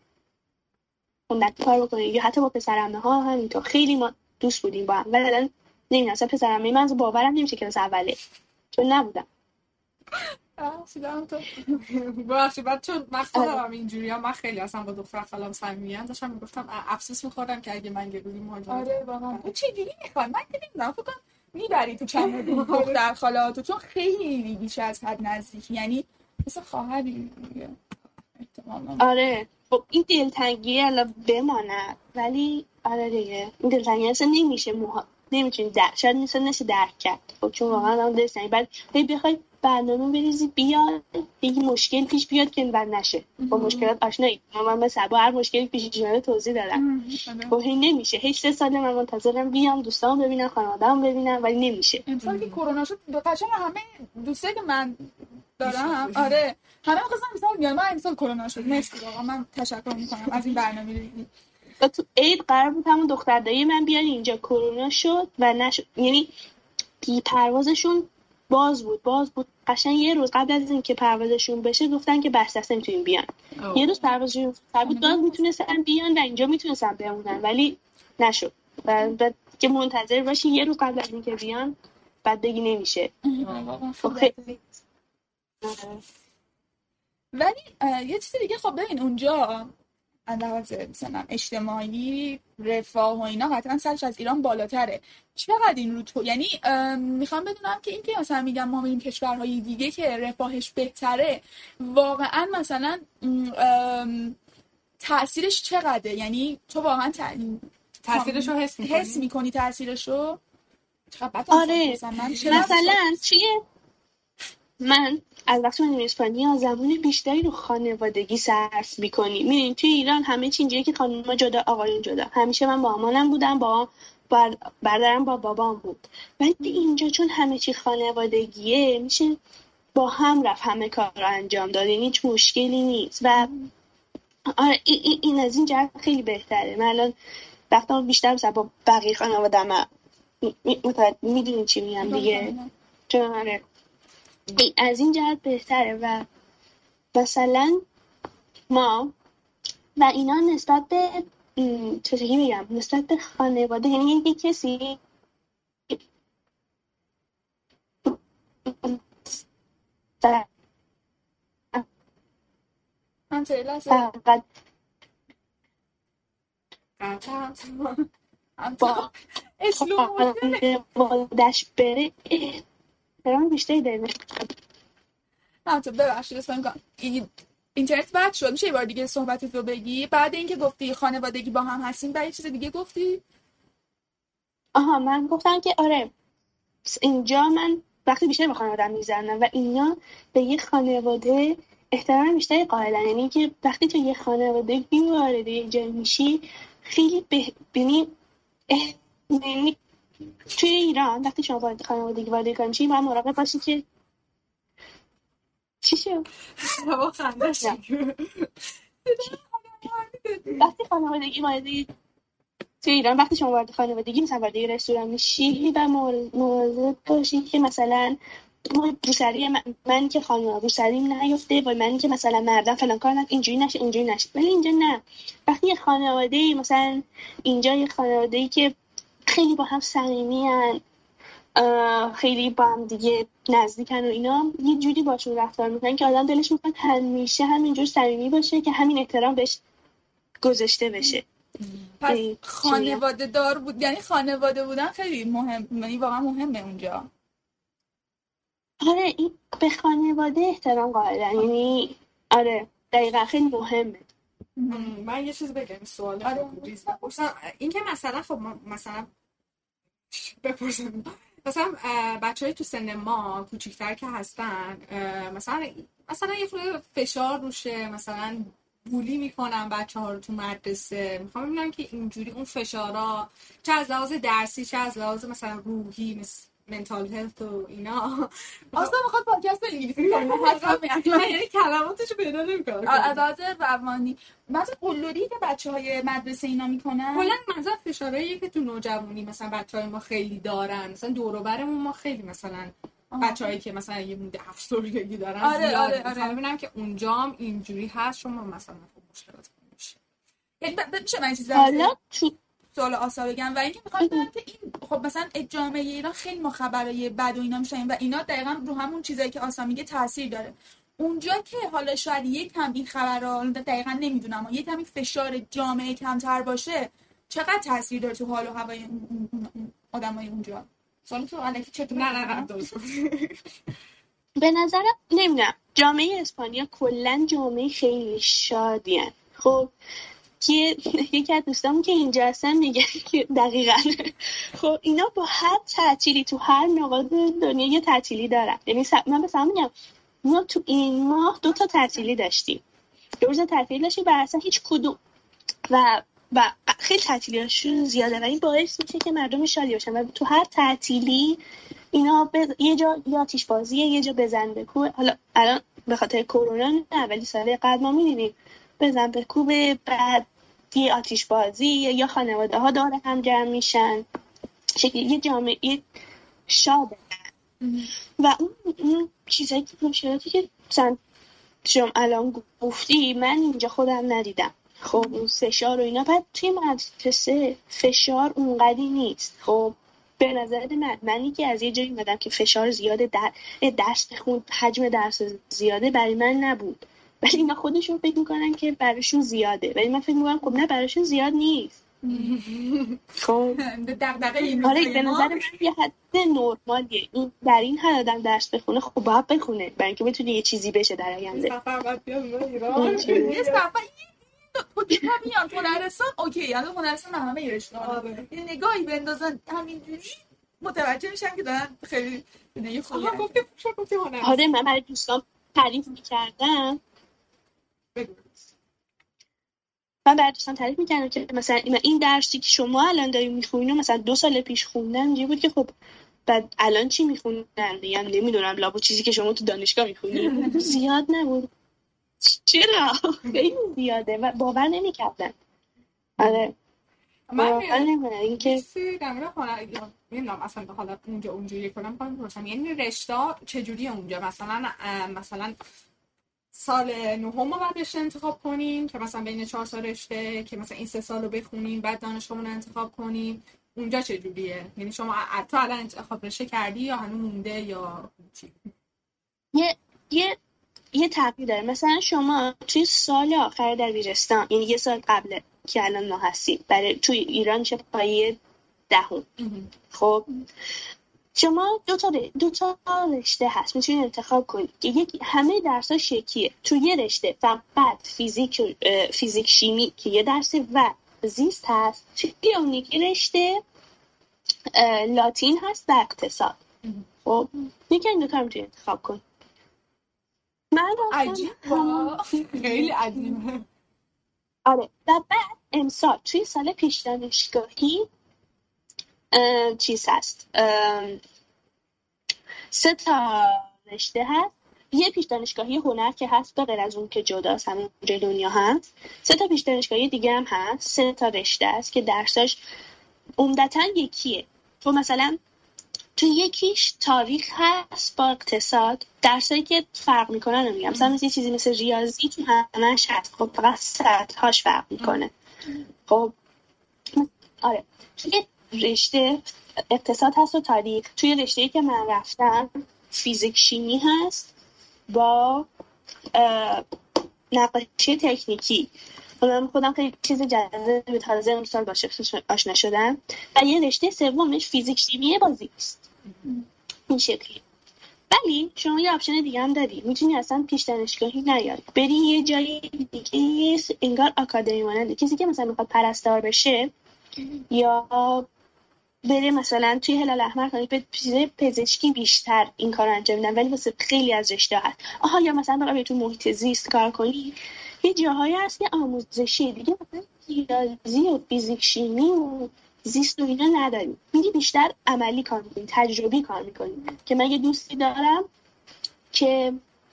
خوندن کار بکنی، یا حتی با پسرعمه ها همینطور خیلی ما دوست بودیم با هم. ولی الان نمیدونم اصلا پسرعمه من باورم نمیشه کلاس اوله، چون نبودم. باشه. بعد چون من خودم اینجوری هم، من خیلی اصلا با دختر خالم صمیمیم، داشتم میگفتم افسوس میخوردم که اگه من یه روزی ماجرا. آره واقعا تو چجوری میخوای؟ من که نمیدونم، فکر کنم میبری تو چمدون دختر خالاتو، چون خیلی بیش از حد نزدیکی، یعنی مثل خواهری دیگه احتمالاً. آره خب این دلتنگی الان بماند، ولی آره دیگه این دلتنگی اصلا نمیشه نمیتونی شاید نشه درک کرد. خب چون واقعا هم دلتنگی بعد بخوای برنامه بریزی بیاد یه مشکل پیش بیاد که بعد نشه با مشکلات آشنایی. من مثلا با هر مشکلی پیش میاد توضیح دادم. خب هی نمیشه، هی 3 ساله من منتظرم بیام دوستامو ببینم خانواده‌مو ببینم ولی نمیشه. امسال که کرونا شد قشنگ همه دوستایی که من دارم آره همه می‌خواستن امسال بیان، من امسال کرونا شد. مرسی واقعا، من تشکر می‌کنم از این برنامه‌ریزی. تو عید قرار بود همون دختر دایی من بیان اینجا، کرونا شد و نشد. یعنی پروازشون باز بود قشنگ یه روز قبل از اینکه پروازشون بشه گفتن که بس است نمیتونین بیان. یه روز پروازشون بود باز میتونستن بیان و اینجا میتونستن بمونن ولی نشد. بعد که منتظر باشین یه روز قبل از اینکه بیان بعد بگی نمیشه. ولی یه چیز دیگه، خب ببین اونجا لحاظ مثلا اجتماعی رفاه و اینا قطعا سرش از ایران بالاتره. چقدر این رو تو، یعنی میخوام بدونم که این که مثلا میگم ما میریم کشورهای دیگه که رفاهش بهتره، واقعا مثلا تأثیرش چقدره؟ یعنی تو واقعا تأثیرش رو حس میکنی تأثیرشو؟ آره مثلا چیه؟ من از وقتی من اسپانیا زمان بیشتری رو خانوادگی صرف میکنی. میدونی توی ایران همه چی اینجوریه که خانوما جدا آقایون جدا. همیشه من با مامانم بودم، با برادرم با بابام بود. ولی اینجا چون همه چی خانوادگیه میشه با هم رفت همه کار رو انجام داد، یعنی هیچ مشکلی نیست. و آره این از این جهت خیلی بهتره. من الان وقتا بیشتر مثلا با بقیه خانواده‌ام میدونی چی میگم دیگه، چون آره از این جهت بهتره. و مثلا ما و اینا نسبت به چطوری میگم نسبت به خانواده، یعنی یکی کسی فقط با خانواده‌اش بره احترام بیشتری داره. تو ببخشید اسم کنم اینترنت بد شد، میشه یه بار دیگه صحبتت رو بگی؟ بعد اینکه گفتی خانوادگی با هم هستیم بعد یه چیز دیگه گفتی؟ من گفتم که آره اینجا من وقتی بیشتر با خانواده‌ام میزنم و اینا به یه خانواده احترام بیشتری قائلن. یعنی که وقتی تو یه خانواده وارد یه جای میشی خیلی یعنی توی ایران وقتی شما وارد خانوادگی وارد میشی باید مراقب باشی که چی شد؟ وقتی خانوادگی وارد توی ایران وقتی شما وارد خانوادگی مثلا وارد رستوران میشی و مواظب باشی که مثلا روسری من که خانم روسریم نیفته و من که مثلا مردم فلان کار اینجوری نشه اینجوری نشه. ولی اینجا نه، وقتی یه خانواده مثلا اینجا یه خانواده‌ای که خیلی با هم صمیمی‌ان، خیلی با هم دیگه نزدیکن و اینا، یه جوری باشون رفتار میکنن که آدم دلش میخواد همیشه همینجور صمیمی باشه که همین احترام بهش گذاشته بشه. پس خانواده دار بود، یعنی خانواده بودن خیلی مهم، یعنی واقعا مهمه اونجا. آره این به خانواده احترام قائلن، یعنی آره دقیقا خیلی مهمه. من یه چیز بگم، سوال بپرسم. این که مثلا خب مثلا بپرسم مثلا بچه‌های تو سن ما کوچیک‌تر که هستن مثلا یه خورده فشار روشه، مثلا بولی میکنن بچه‌ها رو تو مدرسه. میخوام ببینم که اینجوری اون فشارا چه از لحاظ درسی چه از لحاظ مثلا روحی مثل منتال هلت و اینا. اصلا میخواد پادکست انگلیسی کنه، یعنی کلماتشو پیدا نمی‌کنم. از لحاظ روانی مثلا قلدری که بچه‌های مدرسه اینا میکنن، کلا مثلا فشارایی که تو نوجوانی مثلا بچه‌های ما خیلی دارن، مثلا دور و برمون ما خیلی مثلا بچه‌هایی که مثلا یه مود افسردگی دارن. آره. ببینم که اونجا هم اینجوری هست شما مثلا خب مشکلات میشه. یعنی میشه من چیزی حالا سوال آسا بگم و اینکه میخوام بگم که این خب مثلا جامعه ایران خیلی ما خبرای بد و اینا میشنیم و اینا دقیقاً رو همون چیزایی که آسا میگه تاثیر داره. اونجا که حالا شاید یکم این خبرها دقیقاً نمیدونم اما یکم این فشار جامعه کمتر باشه چقدر تاثیر داره تو حال و هوای آدمای اونجا؟ سوال تو الکی چطور؟ نه به نظرم نمیدونم جامعه اسپانیا کلا جامعه خیلی شادیه. خب یکی از دوستامون که اینجا هستن میگه که دقیقاً خب اینا با هر تعطیلی تو هر نقاط دنیا یه تعطیلی دارن. یعنی من مثلا میگم ما تو این ماه 2 تا تعطیلی داشتیم، 2 روز تعطیل داشتیم و اصلا هیچ کدوم و خیلی تعطیلیاشون زیاده و این باعث میشه که مردم شادی باشن و تو هر تعطیلی اینا یه جا یا آتش بازیه، یه جا بزن بکوب. حالا الان به خاطر کرونا نه، ولی سال قبل ما می‌دیدیم بزن بکوب، بعد یه آتش بازی یا خانواده ها دور هم جمع میشن، شکلی یه جامعه شاده. و اون چیزایی که مشکلاتی که مثلا شما الان گفتی من اینجا خودم ندیدم. خب اون فشار و اینا، بعد توی مدرسه فشار اونقدی نیست. خب به نظر منی که از یه جایی اومدم که فشار زیاده، درس بخون، حجم درس زیاده برای من نبود، ولی اینا خودشون فکر میکنن که براشون زیاده، ولی من فکر میکنم خب نه براشون زیاد نیست. خب دغدغه این آره به نظر من یه حد نرمالیه این در این حد آدم درس بخونه. خب باید بخونه برای اینکه بتونه یه چیزی بشه در آینده. سفر باید بیاد ایران یه سفر تو که میان هنرستان اوکی، الان هنرستان همه ایران یه نگاهی بندازن همینجوری متوجه میشن که دارن خیلی زندگی خوبی گفتی هنر. آره من برای دوستان تعریف میکردم، من برای دوستان تعریف میکردم که مثلا این درسی که شما الان داری میخونی مثلا 2 سال پیش خوندن اینجوری بود که خب بعد الان چی میخونن؟ یعنی نمیدونم لابو چیزی که شما تو دانشگاه میخونی زیاد نبود. چرا؟ خیلی زیاده و باور نمیکردن. آره من اینکه در مورد هنر نمیدونم اصلا حالا اونجوری کنم می‌پرسم یعنی رشته چجوریه اونجا؟ مثلا سال 9 ما بعد رشته انتخاب کنیم که مثلا بین 4 سال رشته که مثلا این 3 سال رو بخونیم بعد دانشگاهمون رو انتخاب کنیم. اونجا چجوریه؟ یعنی شما تا الان انتخاب رشته کردی یا هنوز مونده یا چی؟ یه تغییر داره. مثلا شما توی سال آخر دبیرستان، یعنی یه سال قبل که الان ما هستیم، برای توی ایران چه پایه 10. خب شما 2 تا رشته هست میتونید انتخاب کنید که یکی همه درس‌ها شکیه. توی یه رشته فقط فیزیک شیمی که یه درسه و زیست هست. توی اون یکی رشته لاتین هست و اقتصاد. خب یکی این 2 تا رو میتونید انتخاب کنید. من عجیب خیلی عجیبه. آره و بعد امسال توی سال پیش دانشگاهی چیز هست 3 تا رشته هست. یه پیش دانشگاهی هنر که هست به غیر از اون که جداست همون جای دنیا هست. 3 تا پیش دانشگاهی دیگه هم هست. 3 تا رشته است که درساش عمدتاً یکیه. تو مثلا تو یکیش تاریخ هست با اقتصاد، درسایی که فرق میکنن رو میگم. مثلا یه چیزی مثل ریاضی تو همش هست، خب فقط سطحاش فرق میکنه. خب آره توی رشته اقتصاد هست و تاریخ. توی رشته‌ای که من رفتم فیزیک شیمی هست با نقاشی تکنیکی. من خودم خیلی چیز جذاب تازه امسال باشه آشنا شدم. و یه رشته سومش فیزیک شیمی بازیست. این شکلی. ولی شما یه آپشن دیگه هم داری، میتونی اصلا پیش دانشگاهی نیاری، بری یه جایی دیگه انگار آکادمی ماننده، کسی که مثلا میخواد پرستار بشه یا بره مثلا توی هلال احمر کنه به پزشکی بیشتر این کار انجام میدن، ولی واسه خیلی از رشته هست. یا مثلا بخوای تو محیط زیست کار کنی، یه جاهایی هست که آموزشی دیگه مثلا ریاضی و فیزیک شیمی و زیست و اینا نداریم، میری بیشتر عملی کار میکنی، تجربی کار میکنی. که من یه دوستی دارم که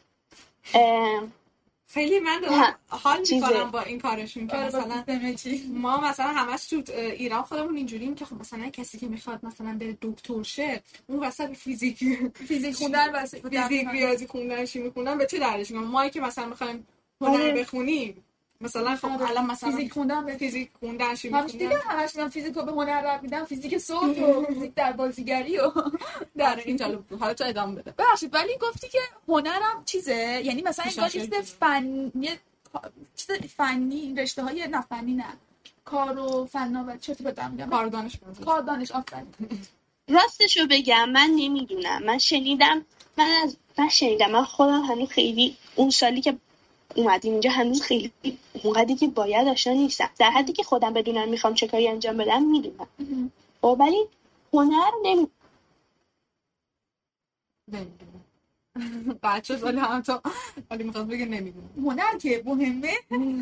خیلی من دارم حال میکنم با این کارشون که مثلا ما مثلا همش تو ایران خودمون اینجوریم که خب مثلا کسی که میخواد مثلا بره دکتر شه اون وسط فیزیک خوندن و فیزیک ریاضی خوندن شیمی خوندن به چه دردش میخوره؟ ما که مثلا میخوایم هنر بخونیم مثلا خب الان مثلا فیزیک خوندن شیمی همش دیدم همش میان فیزیکو به هنر ربط میدن، فیزیک صوت و فیزیک در بازیگری و در این جالب بود. حالا تو ادامه بده. ببخشید ولی گفتی که هنرم چیزه، یعنی مثلا انگار چیز فنی رشته های نه فنی نه کار و فناوری چطور بدم کار دانش آفرین. راستشو بگم من نمیدونم، من شنیدم من خودم هنوز خیلی اون سالی که اومدیم اینجا هنوز خیلی اونقدری که باید آشنا نیستم، در حدی که خودم بدونم میخوام چه کاری انجام بدم میدونم ولی هنر نمیدونم. بچه ولی هم تا ولی میخواست بگه نمیدونم هنر که مهمه.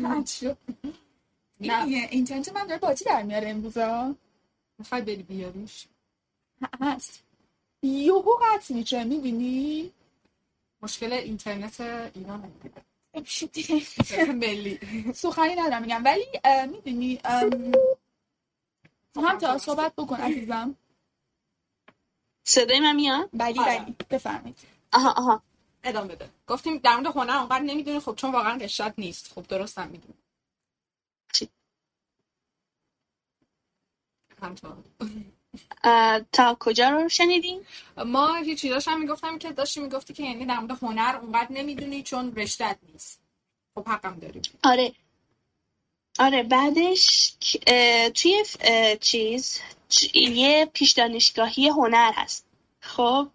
اینترنت من داره بازی در میاره امروزا، میخوای بری بیاریش؟ هست یهو قطع میشه میبینی؟ مشکل اینترنت ایران ملی سخنی ندارم میگم ولی میدونی هم تا صحبت بکن عزیزم. صدای من میاد؟ بلی بفرمایید. آها ادامه بده. گفتیم در مورد هنر اونقدر نمیدونی، خب چون واقعا رشته‌ت نیست. خب درست هم میدونی. تا کجا رو شنیدین؟ ما یه چیزاش هم میگفتم که میگفتی که یعنی در مورد هنر اونقدر نمیدونی چون رشته‌ت نیست. خب حقم داری. آره بعدش توی یه پیش دانشگاهی هنر هست. خب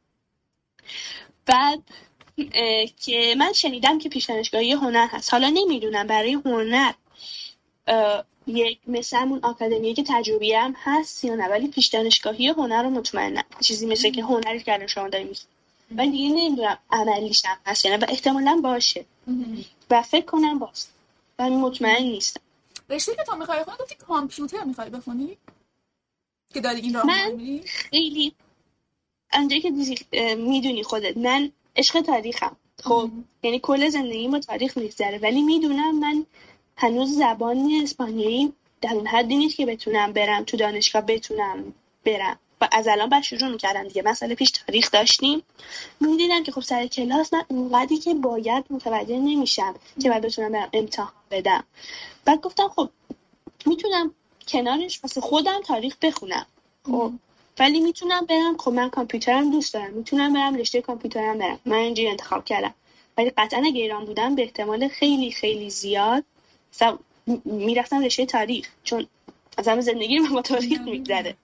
بعد که من شنیدم که پیش دانشگاهی هنر هست، حالا نمیدونم برای هنر یک مثل همون آکادمی که تجربی هم هست یا نه، ولی پیش دانشگاهی هنر رو مطمئنم چیزی مثل که هنری که الان شما داریم ولی دیگه نمیدونم عملیش هم هست یا نه و احتمالاً باشه و فکر کنم باشه ولی مطمئن نیستم. رشته که تو میخوای بخونی گفتی کامپیوتر میخوای بخونی که داری این راه من خیلی اونجایی که میدونی خودت من عشق تاریخم. خب یعنی کل زندگی با تاریخ میگذره ولی میدونم من هنوز زبان اسپانیایی در اون حدی نیست که بتونم برم تو دانشگاه بتونم برم و از الان باید شروع میکردم دیگه. مسئله پیش تاریخ داشتیم میدیدم که خب سر کلاس من اونقدری که باید متوجه نمیشم که باید بتونم برم امتحان بدم. بعد گفتم خب میتونم کنارش واسه خودم تاریخ بخونم خب ولی میتونم برم، خب من کامپیوترم دوست دارم میتونم برم رشته کامپیوترم برم. من اینجوری انتخاب کردم ولی قطعا اگه ایران بودم به احتمال خیلی خیلی زیاد میرفتم رشته تاریخ چون از همه زندگی من با تاریخ میگذره.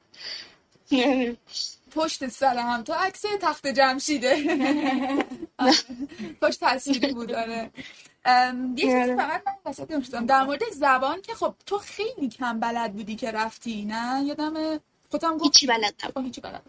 پشت سر هم تو عکس تخت جمشیده پشت تصویری بود. آره یه چیزی فقط من وسط نمی‌شدم در مورد زبان که خب تو خیلی کم بلد بودی که رفتی نه؟ یادم خودم گفت هیچی بلد نبودم.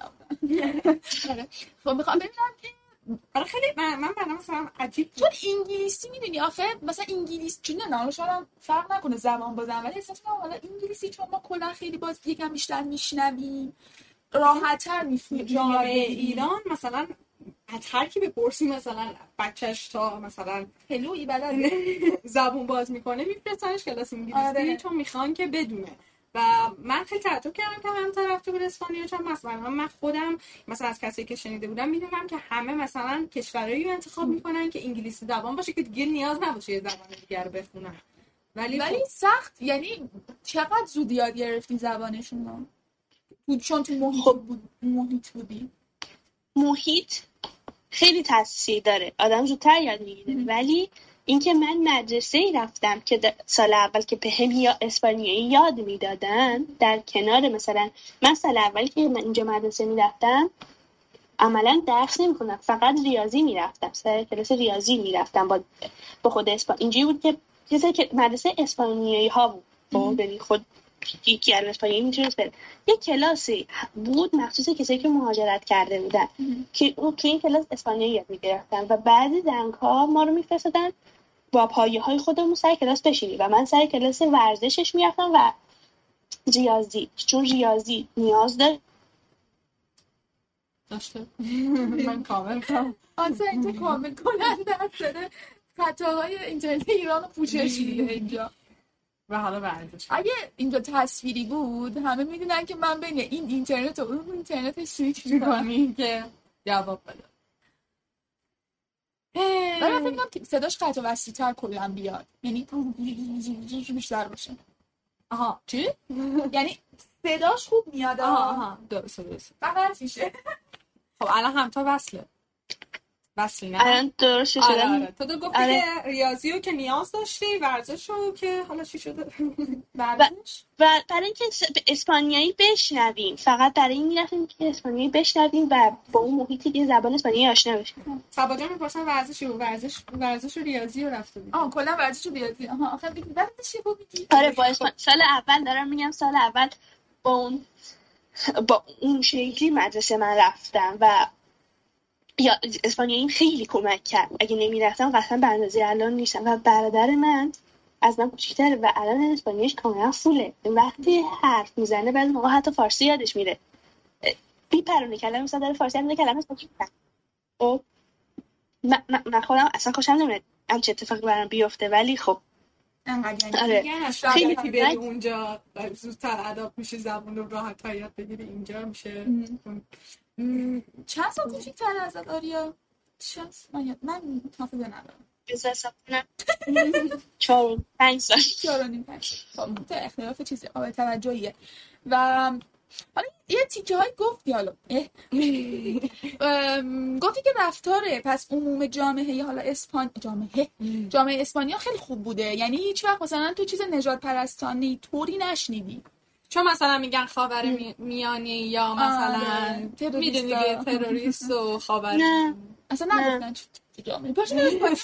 خب میخوام ببینم که آره خیلی من مثلا عجیب چون انگلیسی میدونی آخه مثلا انگلیسی چون نه شاید فرق نکنه زبان بازم ولی احساس می‌کنم حالا انگلیسی چون ما کلا خیلی باز یکم بیشتر میشنویم راحت‌تر میفهمیم. جامعه ایران مثلا از هر کی بپرسی مثلا بچه‌ش تا مثلا هلوی بلد زبون باز میکنه میفرستنش کلاس انگلیسی چون میخوان که بدونه. و من خیلی تعجب کردم که هم طرف تو اسپانیا چون مثلا من خودم مثلا از کسی که شنیده بودم میدونم که همه مثلا کشورایی رو انتخاب میکنن که انگلیسی زبان باشه که دیگه نیاز نباشه یه زبان دیگه رو بخونن. ولی سخت یعنی چقدر زود یاد گرفتی زبانشون رو؟ چون تو محیط بودی. محیط خیلی تاثیر داره، آدم زودتر یاد میگیره. ولی اینکه من مدرسه‌ای رفتم که سال اول که بهم یا اسپانیایی یاد میدادن در کنار مثلا من سال اولی که من اینجا مدرسه میرفتم عملا درس نمی‌خوندم، فقط ریاضی میرفتم، سر کلاس ریاضی میرفتم با خود اینجوری بود که چیزی که مدرسه اسپانیایی ها بود یعنی خود یکی از اسپانیایی میتونست بره. یه کلاسی بود مخصوص کسایی که مهاجرت کرده بودن که تو این کلاس اسپانیایی یاد میگرفتن و بعضی دنگ‌ها ما رو میفرستادن با پایه‌های خودمون سر کلاس بشینیم و من سر کلاس ورزشش میرفتم و ریاضی چون ریاضی نیاز داشته من کامل کنم آنسا اینجا کامل کنن در شده خطاهای اینترنت ایران رو پوشش میده اینجا. و حالا بعدش اگه اینجا تصویری بود همه میدونن که من بین این اینترنت و اون اینترنت سویچ میکنم که جواب بده. ولی من فکر می‌کنم که صداش قطع و وصل‌تر کلا بیاد، یعنی بیشتر باشه. آها چی؟ یعنی صداش خوب میاد. آها درست فقط میشه. خب الان همتا وصل نه؟ الان درست شده. آره. تو گفتی که ریاضی رو که نیاز داشتی، ورزش رو که حالا چی شده؟ ورزش و برای اینکه اسپانیایی بشنویم، فقط برای این میرفتیم که اسپانیایی بشنویم و با اون محیطی که زبان اسپانیایی آشنا بشیم. سبا جان میپرسن ورزش و ریاضی رو رفته بود. کلا ورزش و ریاضی. آخه ورزشی خوب میگی. آره با سال اول دارم میگم، سال اول با اون شکلی مدرسه من رفتم و یا اسپانیایی خیلی کمک کرد. اگه نمیرفتم قطعا به اندازه الان نیستم. و برادر من از من کوچیک‌تره و الان اسپانیاییش کاملا فوله. وقتی حرف میزنه بعضی موقع حتی فارسی یادش میره. بیپرونه کلمه مثلا داره فارسی هم کلمه اسپانیایی. من خودم اصلا خوشم نمیاد همچه اتفاقی برام بیفته، ولی خب آره خیلی بری اونجا زودتر اداپت میشه، زبون رو راحت‌تر یاد بگیری. اینجا میشه چند سال کوچیک‌تر ازت آریا؟ من حافظه ندارم. بذار حساب کنم 4-5 سال. 4.5 خب تو اختلاف چیزی قابل توجهیه. و حالا یه تیکه های گفتی، حالا گفتی که رفتاره پس عموم جامعه حالا جامعه اسپانیا خیلی خوب بوده، یعنی هیچ وقت مثلا تو چیز نژاد پرستانی طوری نشنیدی؟ چون مثلا میگن خاور میانی یا مثلا میدونی دیگه تروریست و خاور اصلا نگفتن جامعه باشه.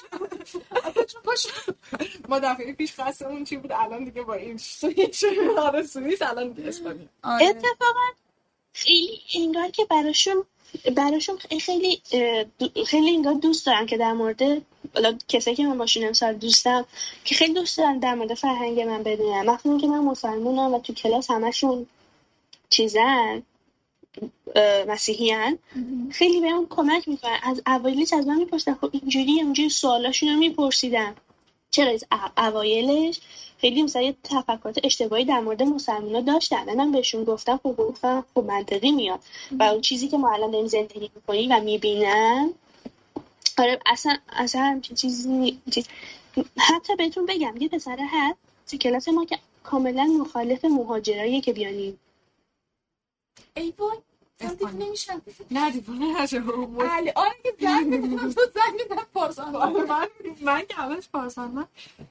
ما دفعه پیش خواستمون چی بود، الان دیگه با این سوئیس الان دیگه اسپانیا. اتفاقا خیلی انگار که براشون خیلی انگار دوست دارن که در مورد کسایی که من باشون امسال دوستم که خیلی دوست دارن در مورد فرهنگ من بدونن. وقتی که من مسلمانم و تو کلاس همشون چیزن مسیحیان، خیلی بهم کمک میکنن. از اوایلش از من میپرسن خب اینجوری سوالاشون رو میپرسیدن. چرا از اوایلش خیلی مثلا یه تفکرات اشتباهی در مورد مسلمان‌ها داشتن. من بهشون گفتم خب منطقی میاد و اون چیزی که ما الان داریم زندگی میکنیم و میبینن آره اصلا همچین چیزی حتی بهتون بگم یه پسره هست تو کلاس ما که کاملا مخالف مهاجراییه که بیانیم. ای وای دیگه نمیشم. نه دیوونه نشو. الان که زنگ میدونم تو زنگ میدونم پارسان من که اولش پارسان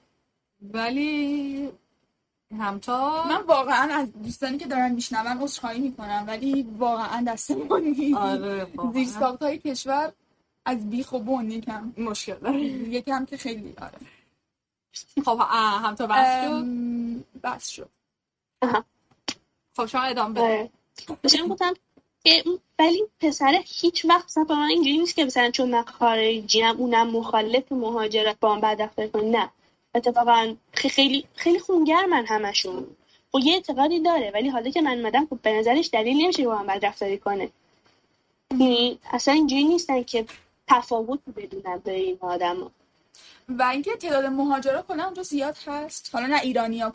ولی همتا من واقعا از دوستانی که دارن میشنون عذرخواهی میکنم ولی واقعا دستمون نیست. آره زیر ساخت‌های کشور از بیخ و بن یکم مشکل داره، یکم که خیلی آره. خب همتا بس شد. خب شما ادامه بده. باشم گفتم که ولی پسره هیچ وقت مثلا با من اینجوری نیست که مثلا چون من خارجیم اونم مخالف مهاجرت با من بد رفتار کنه. نه اتفاقا خیلی خیلی خونگرمن همشون. خب یه اعتقادی داره ولی حالا که من اومدم خب به نظرش دلیل نمیشه با من بد رفتاری کنه. اصلا اینجوری نیستن که تفاوت بدونن به این آدما. و اینکه تعداد مهاجرا کلا اونجا زیاد هست، حالا نه ایرانی‌ها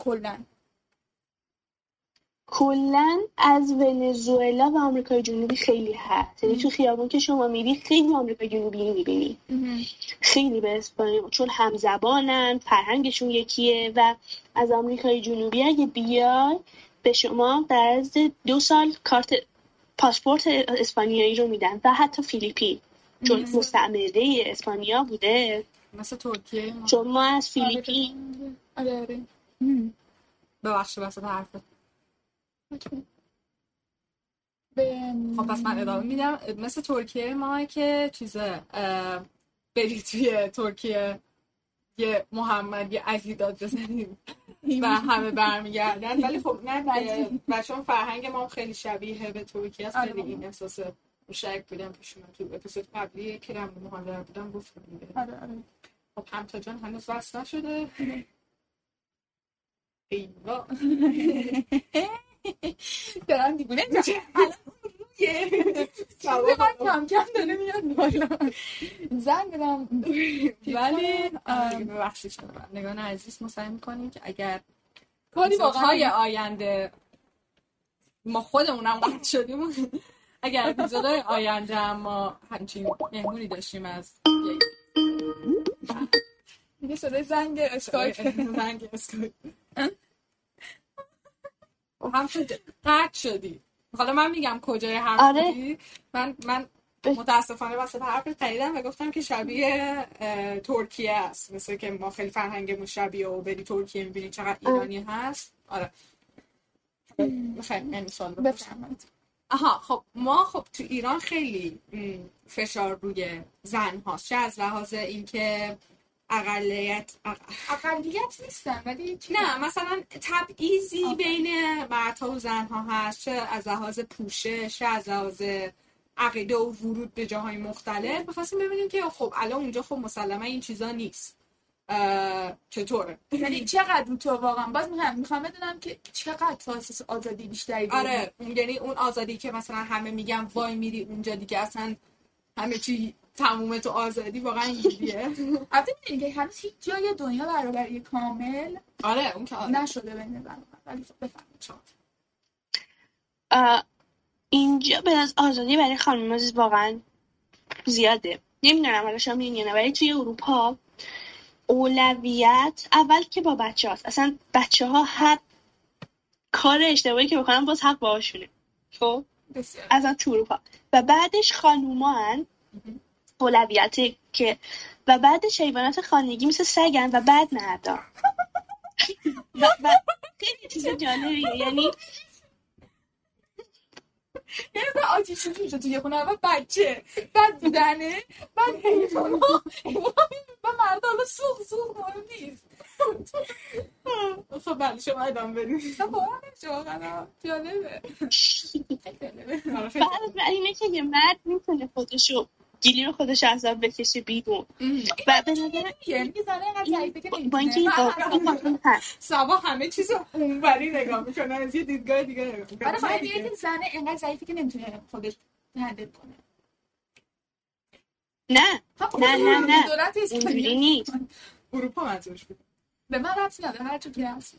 کلا از ونزوئلا و آمریکای جنوبی خیلی هست. یعنی تو خیابون که شما میری خیلی آمریکای جنوبی میبینی. خیلی به اسپانیا چون همزبانن، فرهنگشون یکیه و از آمریکای جنوبی اگه بیای به شما در از 2 سال پاسپورت اسپانیایی رو میدن و حتی فیلیپین چون مستعمره اسپانیا بوده. مثل ترکیه چون ما از فیلیپین آره ببخشید واسه حرفت. خب پس من ادامه میدم. مثل ترکیه ما که چیزه بری توی ترکیه یه محمد یه علی داد بزنیم و همه برمیگردن، ولی خب نه و چون فرهنگ ما خیلی شبیه به ترکیه است خیلی این احساس مشترک بودم پیش من. تو اپیزود قبلی که رم مهاجر بودم گفتم دیگه. آره خب همتا جان هنوز وصل نشده. ایوا دارم دیگونه الان رویه من کم داره میاد بالا زنگ بدم. ولی ببخشید شما نگاه عزیز مسلم میکنیم که اگر کاری واقعا آینده ما خودمونم قطع شدیم، اگر اپیزودهای آینده ما همچین مهمونی داشتیم از دیگه صدای زنگ اسکایپ. زنگ اسکایپ. هم شد قطع شدی. حالا من میگم کجای حرف بودی. من متاسفانه واسه حرف خریدم و گفتم که شبیه ترکیه است، مثل که ما خیلی فرهنگمون شبیه و بری ترکیه میبینی چقدر ایرانی هست. آره میخوایم این سوال بپرسم. خب ما تو ایران خیلی فشار روی زن هاست، چه از لحاظ اینکه اقلیت نیستن ولی نه مثلا تبعیضی بین مردها و زنها هست، چه از لحاظ پوشش، چه از لحاظ عقیده و ورود به جاهای مختلف. می‌خواستیم ببینیم که خب الان اونجا خب مسلما این چیزا نیست، چطوره؟ یعنی چقدر تو واقعا باز میخوام بدونم که چقدر تو اساس آزادی بیشتری داری. آره یعنی اون آزادی که مثلا همه میگن وای میری اونجا دیگه اصلا همه چی تمومه تو آزادی، واقعا اینجوریه؟ البته میدونی که هنوز هیچ جای دنیا برابری کامل اون که نشده بین زن و مرد، ولی بفهمید چون اینجا به از آزادی برای خانم‌ها واقعا زیاده. نمیدونم حالا شما میدونی یا نه، ولی توی اروپا اولویت اول که با بچه هاست. اصلا بچه ها هر کار اشتباهی که بکنن باز حق باهاشونه. خب اصلا تو اروپا و بعدش خانومان اولویت که و بعدش حیوانات خانگی مثل سگن و بعد مردا. و خیلی چیز جالبیه. یعنی آتیش شده تو یه خونه و بچه بعد بودنه بعد حیوان و مردا حالا سوخ مهم نیست. خب بله شما ادام بدید. باور نمیشه واقعا جالبه. بعد اینه که یه مرد میتونه خودشو گیلی رو خودش عذاب بکشه بیرون و به نظر یعنی زنه اینقدر ضعیفه که با اینکه سبا همه چیز اونوری نگاه میکنه، از یه دیدگاه دیگه نگاه میکنه. برای خواهی میگه که زنه اینقدر ضعیفه که نمیتونه خودش هندل کنه. نه اونجوری نیست. اروپا منظورش بود. به من رفت نداره هر چی که هست.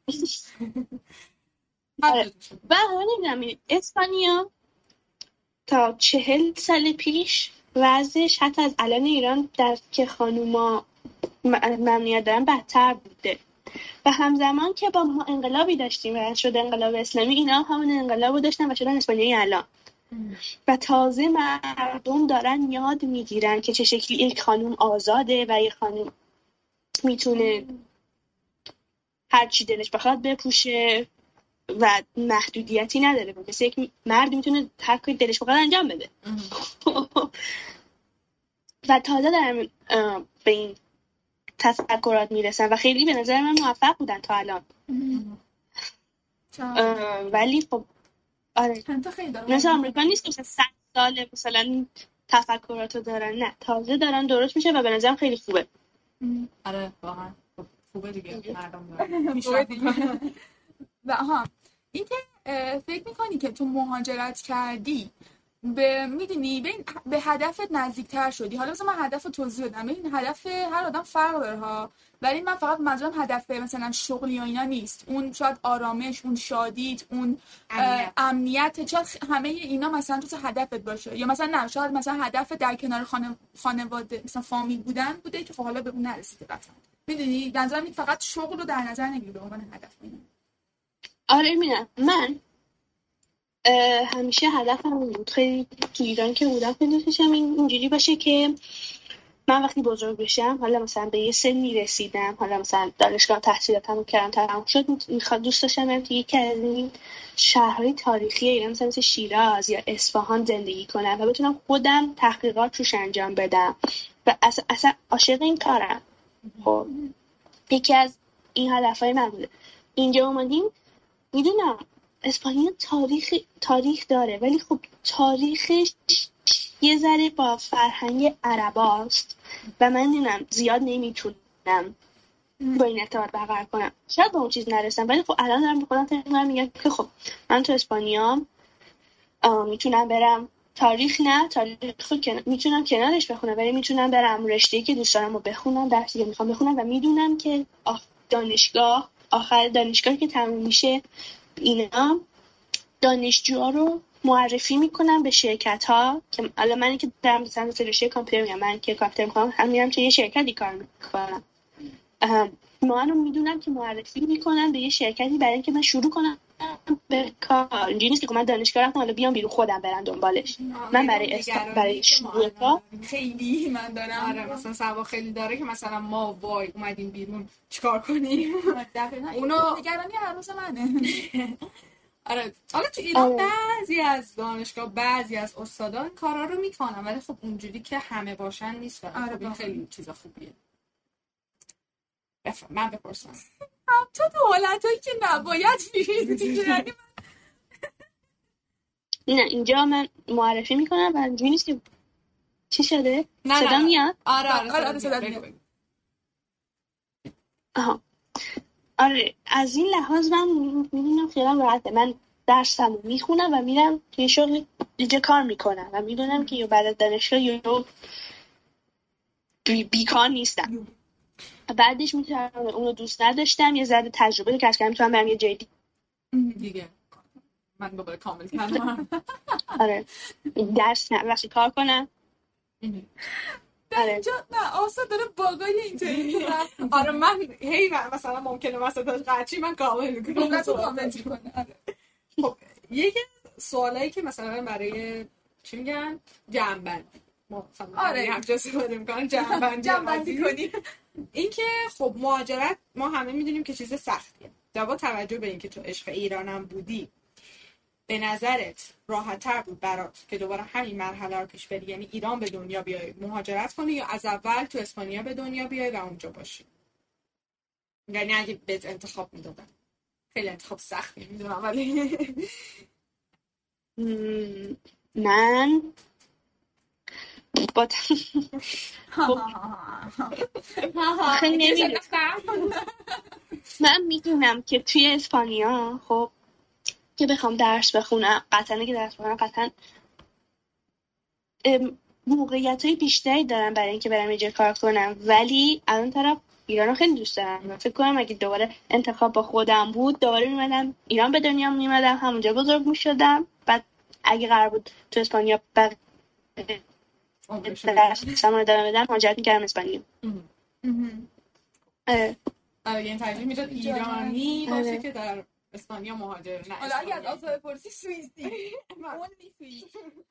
و نمیدونم اسپانیا تا 40 سال پیش وضعش حتی از الان ایران در که خانوما ممنوعیت دارن بدتر بوده و همزمان که با ما انقلابی داشتیم و شد انقلاب اسلامی، اینا همون انقلابو داشتن و شدن اسپانیایی الان و تازه مردم دارن یاد میگیرن که چه شکلی یک خانوم آزاده و یک خانوم میتونه هر چی دلش بخواد بپوشه و محدودیتی نداره. مثل یک مرد میتونه هر کاری دلش بخواد انجام بده. و تازه دارن به این تفکرات میرسن و خیلی به نظر من موفق بودن تا الان. ولی خب آره مثل آمریکا نیست که 100 ساله مثلا تفکراتو دارن، نه تازه دارن درست میشه و به نظرم خیلی خوبه. آره واقعا خوبه دیگه مردم دارن. و این که فکر میکنی که تو مهاجرت کردی میدونی به هدفت نزدیکتر شدی؟ حالا مثلا من هدف رو توضیح بدم. این هدف هر آدم فرق داره ها، ولی من فقط منظورم هدف مثلا شغلی و اینا نیست. اون شاید آرامش، اون شادیت، اون امنیت، شاید همه اینا مثلا تو هدفت باشه. یا مثلا نه، شاید مثلا هدف در کنار خانواده مثلا فامیل بودن بوده که خب حالا به اون نرسیده قطعا. میدونی منظورم فقط شغل رو در نظر نگیر به عنوان هدف. آره میدونم. من همیشه هدفم بود خیلی تو ایران که بودم خیلی دوست داشتم اینجوری باشه که من وقتی بزرگ بشم، حالا مثلا به یه سنی رسیدم، حالا مثلا دانشگاه تحصیلاتمو کردم تمام شد، دوست داشتم برم توی یکی از این شهرهای تاریخی ایران مثلا شیراز یا اصفهان زندگی کنم و بتونم خودم تحقیقات روش انجام بدم و اصلا عاشق این کارم. خب یکی از این هدفهای من بوده. اینجا اومدیم میدونم اسپانیا تاریخ داره، ولی خب تاریخش یه ذره با فرهنگ عرباست و من نمیدونم زیاد نمیتونم با این ارتباط برقرار کنم. شاید با اون چیز نرسم، ولی خب الان دارم به خودم فکر میگم که خب من تو اسپانیا میتونم برم تاریخ میتونم کنارش بخونم، ولی میتونم برم رشته‌ای که دوست دارم رو بخونم، درسی که میخوام بخونم و میدونم که آخر دانشگاه که تموم میشه اینا دانشجوها رو معرفی میکنم به شرکت ها که الان من که در مثلا رشته کامپیوتر میام، من که کامپیوتر میکنم هم میرم چه یه شرکتی کار میکنم، منو میدونم که معرفی میکنم به یه شرکتی برای اینکه من شروع کنم به کار. اینجوری نیست که من دانشگاه رفتم حالا بیام بیرون خودم برم دنبالش. من برای شروع کار خیلی من دارم. آره مثلا سوا خیلی داره که مثلا ما وای اومدیم بیرون چیکار کنیم. اونو نگرانی هر روز منه. آره حالا تو ایران بعضی از دانشگاه بعضی از استادان کارا رو میکنن ولی خب اونجوری که همه باشن نیست. آره خب خیلی چیز خوبیه. من بپرسم تو حالتایی که نباید میرید نه اینجا من معرفی میکنم و اینجوری نیست که چی شده؟ صدا میاد؟ آره صدا میاد. آره از این لحاظ من میدونم خیلی راحته. من درسمو میخونم و میرم توی شغل دیگه کار میکنم و میدونم که بعد از دانشگاه بیکار نیستم. بعدش میتونم اونو دوست نداشتم یه ذره تجربه کسب کنم میتونم برم یه جای دیگه من دوباره کامل کنم. آره درس نه وقتی کار کنم. آره نه آسا داره باگای اینطوری. آره من هی مثلا ممکنه وسطش قطعی من کامل میکنم تو کامنت میکنه. خب یکی سوالایی که مثلا برای چی میگن جمع‌بندی آره همچه استفاده میکنن جمع‌بندی کنیم. این که خب مهاجرت ما همه میدونیم که چیز سختیه. با توجه به اینکه تو عشق ایرانم بودی به نظرت راحت‌تر بود برات که دوباره همین مرحله رو پیش بری، یعنی ایران به دنیا بیای مهاجرت کنی یا از اول تو اسپانیا به دنیا بیای و اونجا باشی؟ یعنی اگه بهت انتخاب میدادن. خیلی انتخاب سختی میدونم ولی من با خیلی نمیدونم. من میدونم که توی اسپانیا خب که بخوام درس بخونم قطعا که درس بخونم قطعا موقعیت‌های بیشتری دارم برای اینکه برم اینجا کار کنم، ولی از اون طرف ایرانو خیلی دوست دارم. فکر کنم اگه دوباره انتخاب با خودم بود دوباره میمدم ایران به دنیا میمدم همونجا بزرگ میشدم. بعد اگه قرار بود تو اسپانیا درسم رو ادامه بدم مهاجرت میکردم اسپانیا. یعنی ترجیح میداد ایرانی باشه که در اسپانیا مهاجر نه. حالا اگه از آسا بپرسی سوئیسی اون می‌فهمی.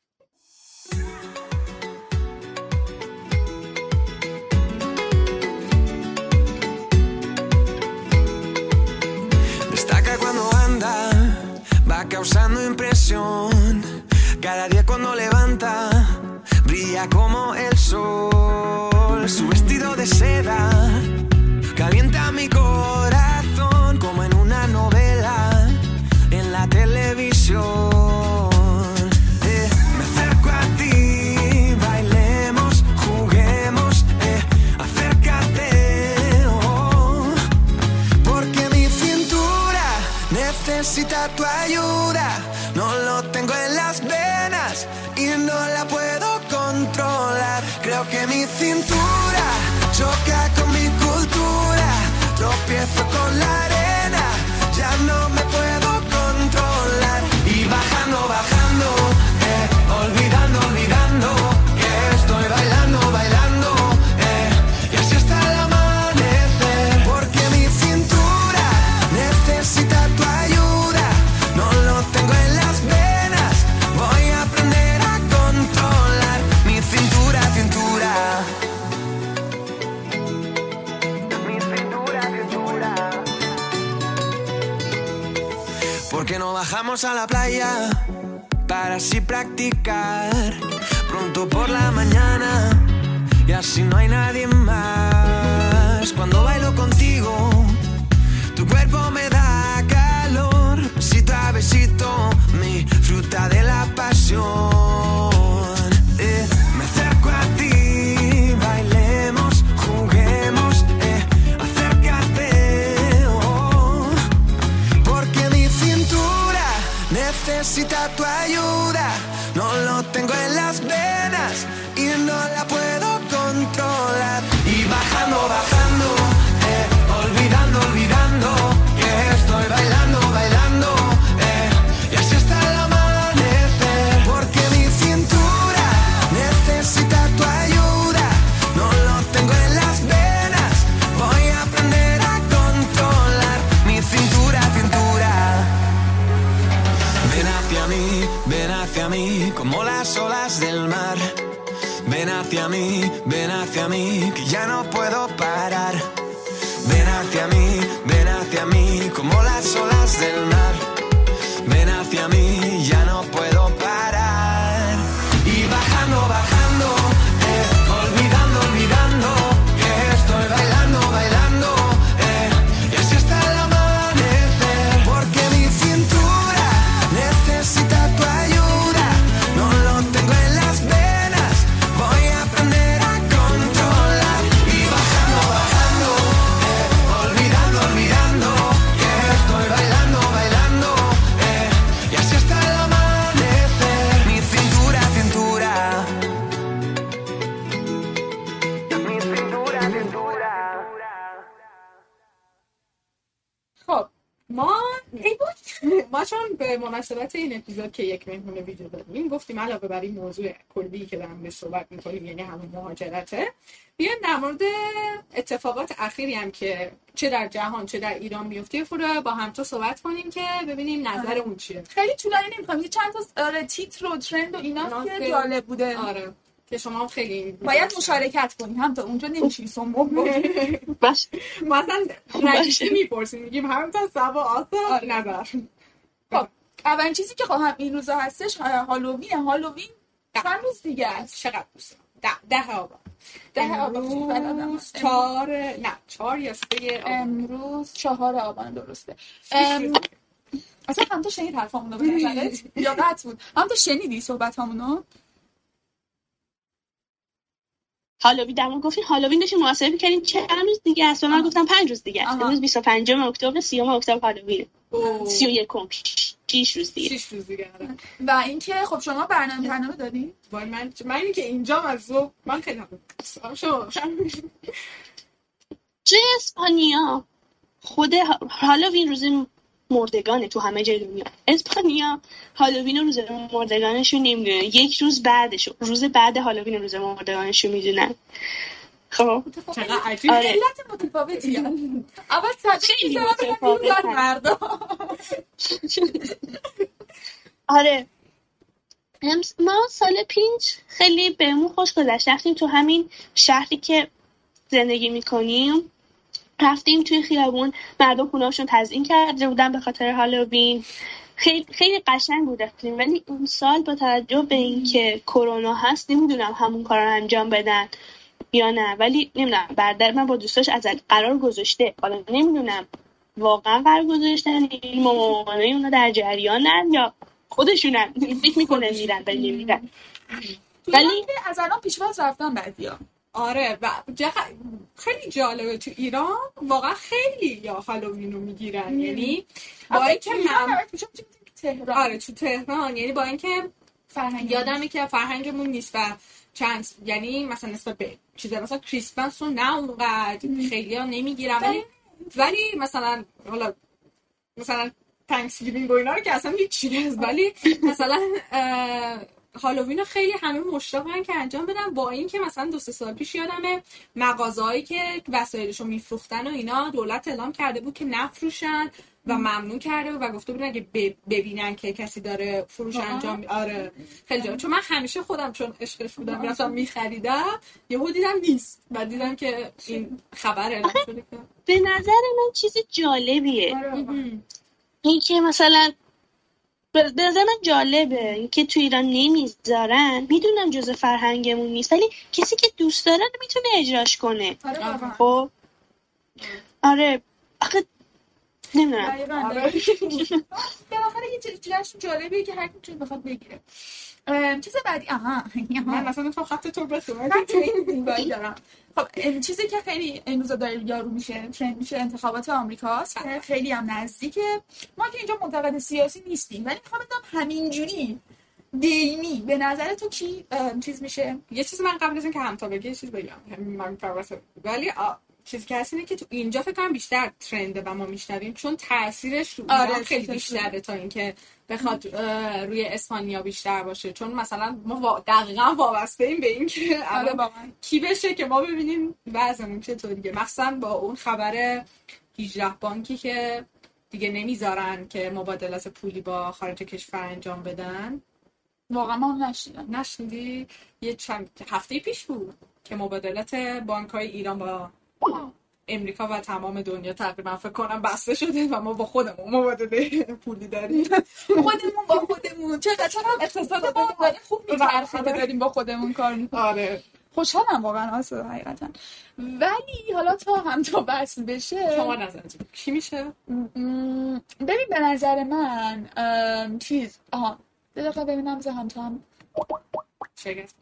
Destaca cuando anda, va causando impresión. Cada día cuando levanta, brilla como el sol. Su vestido de seda calienta mi corazón como en una novela en la televisión. Me acerco a ti, bailemos, juguemos, acércate, oh, porque mi cintura necesita tu ayuda. No lo tengo en las venas y no la puedo controlar. Creo que mi cintura choca con mi cultura. Tropiezo con la arena, ya no me puedo controlar. Y bajando, bajando, olvidando, olvidando que estoy bailando, bailando, y así hasta el amanecer. Porque mi cintura necesita tu ayuda. No lo tengo en las venas, voy a aprender a controlar mi cintura, cintura. Mi cintura, cintura. Porque no bajamos a la playa para así practicar pronto por la mañana y así no hay nadie más. Cuando bailo contigo, tu cuerpo me da calor, besito a besito, mi fruta de la pasión. Me acerco a ti, bailemos, juguemos, acércate, oh, porque mi cintura necesita tu ayuda. No lo tengo en las venas y no la puedo controlar. Y bajando, bajando, olvidando, olvidando que estoy bailando, bailando, y así hasta el amanecer. ven hacia mí, que ya no puedo parar. Ven hacia mí, como las olas del mar. Ven hacia mí, ya no puedo parar. Y bajando, bajando, olvidando, olvidando, que estoy bailando, bailando, y así hasta el amanecer. Porque mi cintura necesita tu ayuda, no lo tengo en las venas, voy a aprender a controlar. Y bajando, bajando, olvidando, olvidando, que estoy bailando, bailando, y así hasta el amanecer. Mi cintura, cintura. Mi cintura, cintura. خب ما چون به مناسبت این اپیزود که یک مهمون ویدیو داریم گفتیم علاوه بر این موضوع کلی که دارم به صحبت میکنیم، یعنی همون مهاجرته، بیایم در مورد اتفاقات اخیری هم که چه در جهان چه در ایران میفته رو با هم تا صحبت کنیم که ببینیم نظر اون چیه. خیلی طولانی نمی‌خوام، یه چند تا تیتر و ترند و اینا که جالب بوده. آره که شما هم خیلی باید مشارکت کنیم، هم تا اونجا نمی‌شی سمو باش مثلا رنگی میپرسیم میگیم هم تا سبا آسا نظر. خب اولین چیزی که خواهم این روزا هستش هالووین چند روز دیگه است. چقدر دوست دارم 10 آبان. 10 آبان 4 یا 3 امروز 4 آبان درسته. اصلا هم تو شنید حرفامونو به نظرت یا قطع بود؟ هم تو شنیدی صحبت همونو؟ هالووین در مورد گفتین هالووین داشتیم محاسبه می‌کردیم چند روز دیگه است. من گفتم 5 روز دیگه است. امروز 25 اکتبر، 30 اکتبر هالووین. 31 6 روز دیگه. 6 روز دیگه. و اینکه خب شما برنامه دارین؟ وای من اینکه اینجا از صبح من خیلی شما توی اسپانیا خود هالووین روز مردگانه تو همه جای دنیا. اسپانیا هالووین روز مردگانشو نمیدونن، یک روز بعدش، روز بعد هالووین روز مردگانشو میدونن. خب چقدر عجیب. علت متفاوتی هست. اول خیلی متفاوته. آره ما سال پیش خیلی بهمون خوش گذشت. رفتیم تو همین شهری که زندگی میکنیم، رفتیم توی خیابون، مردم خونه‌هاشون تزیین کرده بودن به خاطر هالووین. خیلی قشنگ بود رفتیم. ولی اون سال با توجه به اینکه کرونا هست نمیدونم همون کار رو انجام بدن یا نه، ولی نمیدونم برادر من با دوستاش از قرار گذاشته، حالا نمیدونم واقعا قرار گذاشتن این مامانای اونا در جریانن یا خودشونن فکر میکنه میرن ولی نمیرن. ولی از الان پیشواز رفتن بعدیا. آره و خیلی جالبه تو ایران واقعا خیلی یا هالووین رو میگیرن، یعنی با اینکه تهران. آره تو تهران، یعنی با اینکه یادمه که فرهنگمون نیست و چند، یعنی مثلا نسبت به چیزا مثلا کریسمس رو نه اونقدر خیلی‌ها نمیگیرن، ولی مثلا حالا مثلا تانکسگیوینگ و اینا رو که اصلا هیچ نیست، ولی مثلا هالووین رو خیلی همه مشتاقن که انجام بدن. با این که مثلا 2-3 سال پیش یادمه مغازه‌هایی که وسایلشو میفروختن و اینا دولت اعلام کرده بود که نفروشن و ممنوع کرده و گفته بودن که ببینن که کسی داره فروش انجام. آره خیلی جالب، چون من همیشه خودم چون عشقش بودم میرفتم میخریدم، یهو دیدم نیست و دیدم که این خبر اعلام شده که به نظر من چیز جالبیه. این که مثلا به نظر من جالبه اینکه تو ایران نمیذارن، میدونم جزء فرهنگمون نیست ولی کسی که دوست داره میتونه اجراش کنه. خب آره آخه نمیدونم بالاخره یه چیزش جالبیه که هر کی چیز بخواد بگیره. چیز بعدی من مثلا تو خط تو بخونم دارم. خب چیزی که خیلی این روزا داره یارو میشه ترند میشه انتخابات آمریکاست که خیلی هم نزدیکه. ما که اینجا منتقد سیاسی نیستیم ولی میخوام بدم همینجوری دیمی به نظر تو کی چیز میشه؟ یه چیز من قبل از اینکه همتا بگی یه چیز بگم من فواسه، ولی چیزی که هست اینه که تو اینجا فکر کنم بیشتر ترنده و ما میشنویم چون تاثیرش رو ایران خیلی بیشتره تا اینکه بخواد روی اسپانیا بیشتر باشه، چون مثلا ما دقیقاً وابسته ایم به این که کی بشه که ما ببینیم وضعمون چطوریه، مثلا با اون خبر 18 بانکی که دیگه نمیذارن که مبادلات پولی با خارج کشور انجام بدن. واقعا من نشیدم. نشنیدی؟ یه چند هفته پیش بود که مبادلات بانک‌های ایران با امریکا و تمام دنیا تقریبا فکر کنم بسته شده و ما با خودمون مبادله پولی داریم. خودمون با خودمون چقدر هم اقتصاد ما داره خوب می‌چرخه که داریم با خودمون کار می‌کنیم. آره خوشحالم واقعا آسا حقیقتا. ولی حالا تا هم تا بس بشه شما نظرتون کی میشه؟ ببین به نظر من چیز دقیقا ببینم هم تا هم شگفت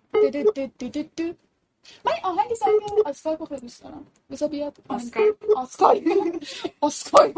من آهنگ زنگ آسکای بخواه دوست دارم. بذار بیاد آسکای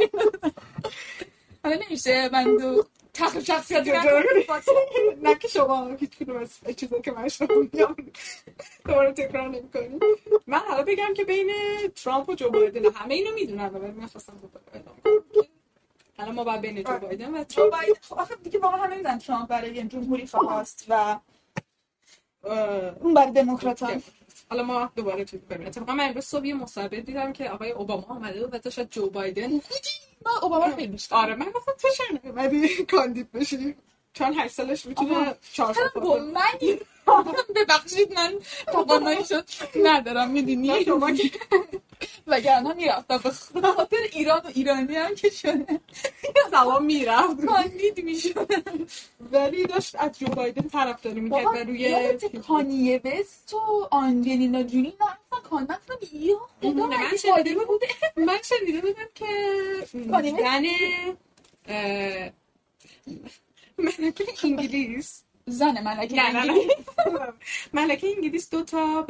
حالا نمیشه من دو تخریب شخصیتی نه که شما هیچ کدوم از چیزایی که من شنیدم دوباره تکرار نمی‌کنی. من حالا بگم که بین ترامپ و جو بایدن همه اینو میدونن ولی من خواستم دوباره اعلام کنم حالا ما باید بین جو بایدن و جو بایدن. خب آخه دیگه واقعا همه میدونن ترامپ برای جمهوری خواست و اون برای دموکرات‌ها. حالا ما دوباره چیز کنیم. اتفاقا من امروز صبح یه مصاحبه دیدم که آقای اوباما اومده و داشت جو بایدن من اوباما رو خیلی دوست دارم. آره من گفتم تو چرا اومدی کاندید بشی چون 8 سالش میتونه 4 سال با من ببخشید من توانایی شد ندارم میدونی شما که وگرنه میرفتم به خاطر ایران و ایرانی هم که شده زمان میرفت کاندید میشد ولی داشت از جو بایدن طرفداری میکرد و روی کانیه وست و آنجلینا جولی نه اصلا کانیه خدا من شنیده بودم که ملکه انگلیس ملکه انگلیس 2 تا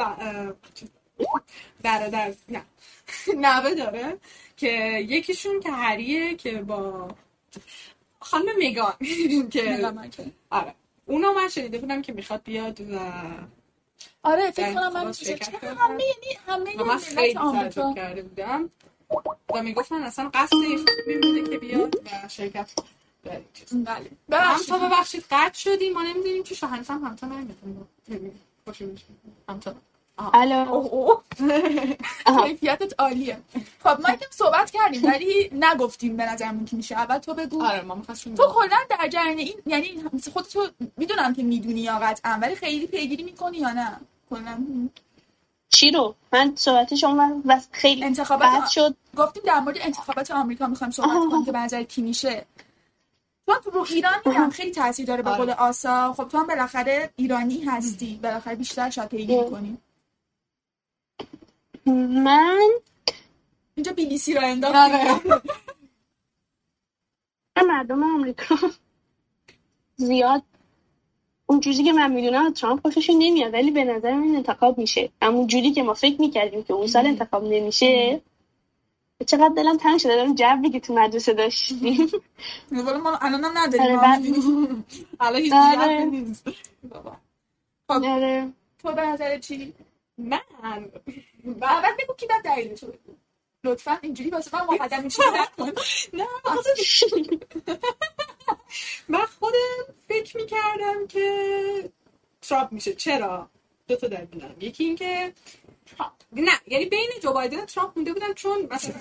برادر نوه داره که یکیشون که هریه که با خانم میگان که آره اونو من شنیده بودم که میخواد بیاد و آره فکر کنم من همه من خیلی تعجب کرده بودم و میگفتن اصلا قصد این بوده که بیاد و شرکت هم تا ببخشید قطع شدیم ما نمیدونیم چی شاهنش همتا نمیدونیم خوشی میشه همتا الو کیفیتت عالیه. خب ما که صحبت کردیم ولی نگفتیم به نظرمون که میشه. اول تو بگو. آره ما می‌خواستیم تو کلا در جریان این یعنی خودت میدونم که میدونی یا قطعا ولی خیلی پیگیری میکنی یا نه کلا چی رو؟ من صحبت شما بس خیلی انتخابات شد. گفتیم در مورد انتخابات آمریکا میخوایم صحبت کنیم که به نظر کی میشه. تو رو ایران میگم خیلی تاثیر داره به قول آسا. خب تو هم بالاخره ایرانی هستی بالاخره بیشتر شاید پیگیری کنی. من اینجا BBC رو انداختم. مردم آمریکا زیاد اون جوری که من میدونم ترامپ خوششون نمیاد ولی به نظر من انتخاب میشه. همون جوری که ما فکر میکردیم که اون سال انتخاب نمیشه. چقدر دلم تنگ شده دارم جوی که تو مدرسه داشتیم. والا ما الانم نداریم. الان هیچ جوی نیست. خب تو به نظر چی؟ من بعد بگو کی داد دلیلشو بگو لطفا اینجوری واسه من مقدم میشه نکن. نه من خودم فکر میکردم که ترامپ میشه. چرا؟ 2 تا دلیل دارم. یکی این که نه یعنی بین جو بایدن و ترامپ مونده بودم چون مثلا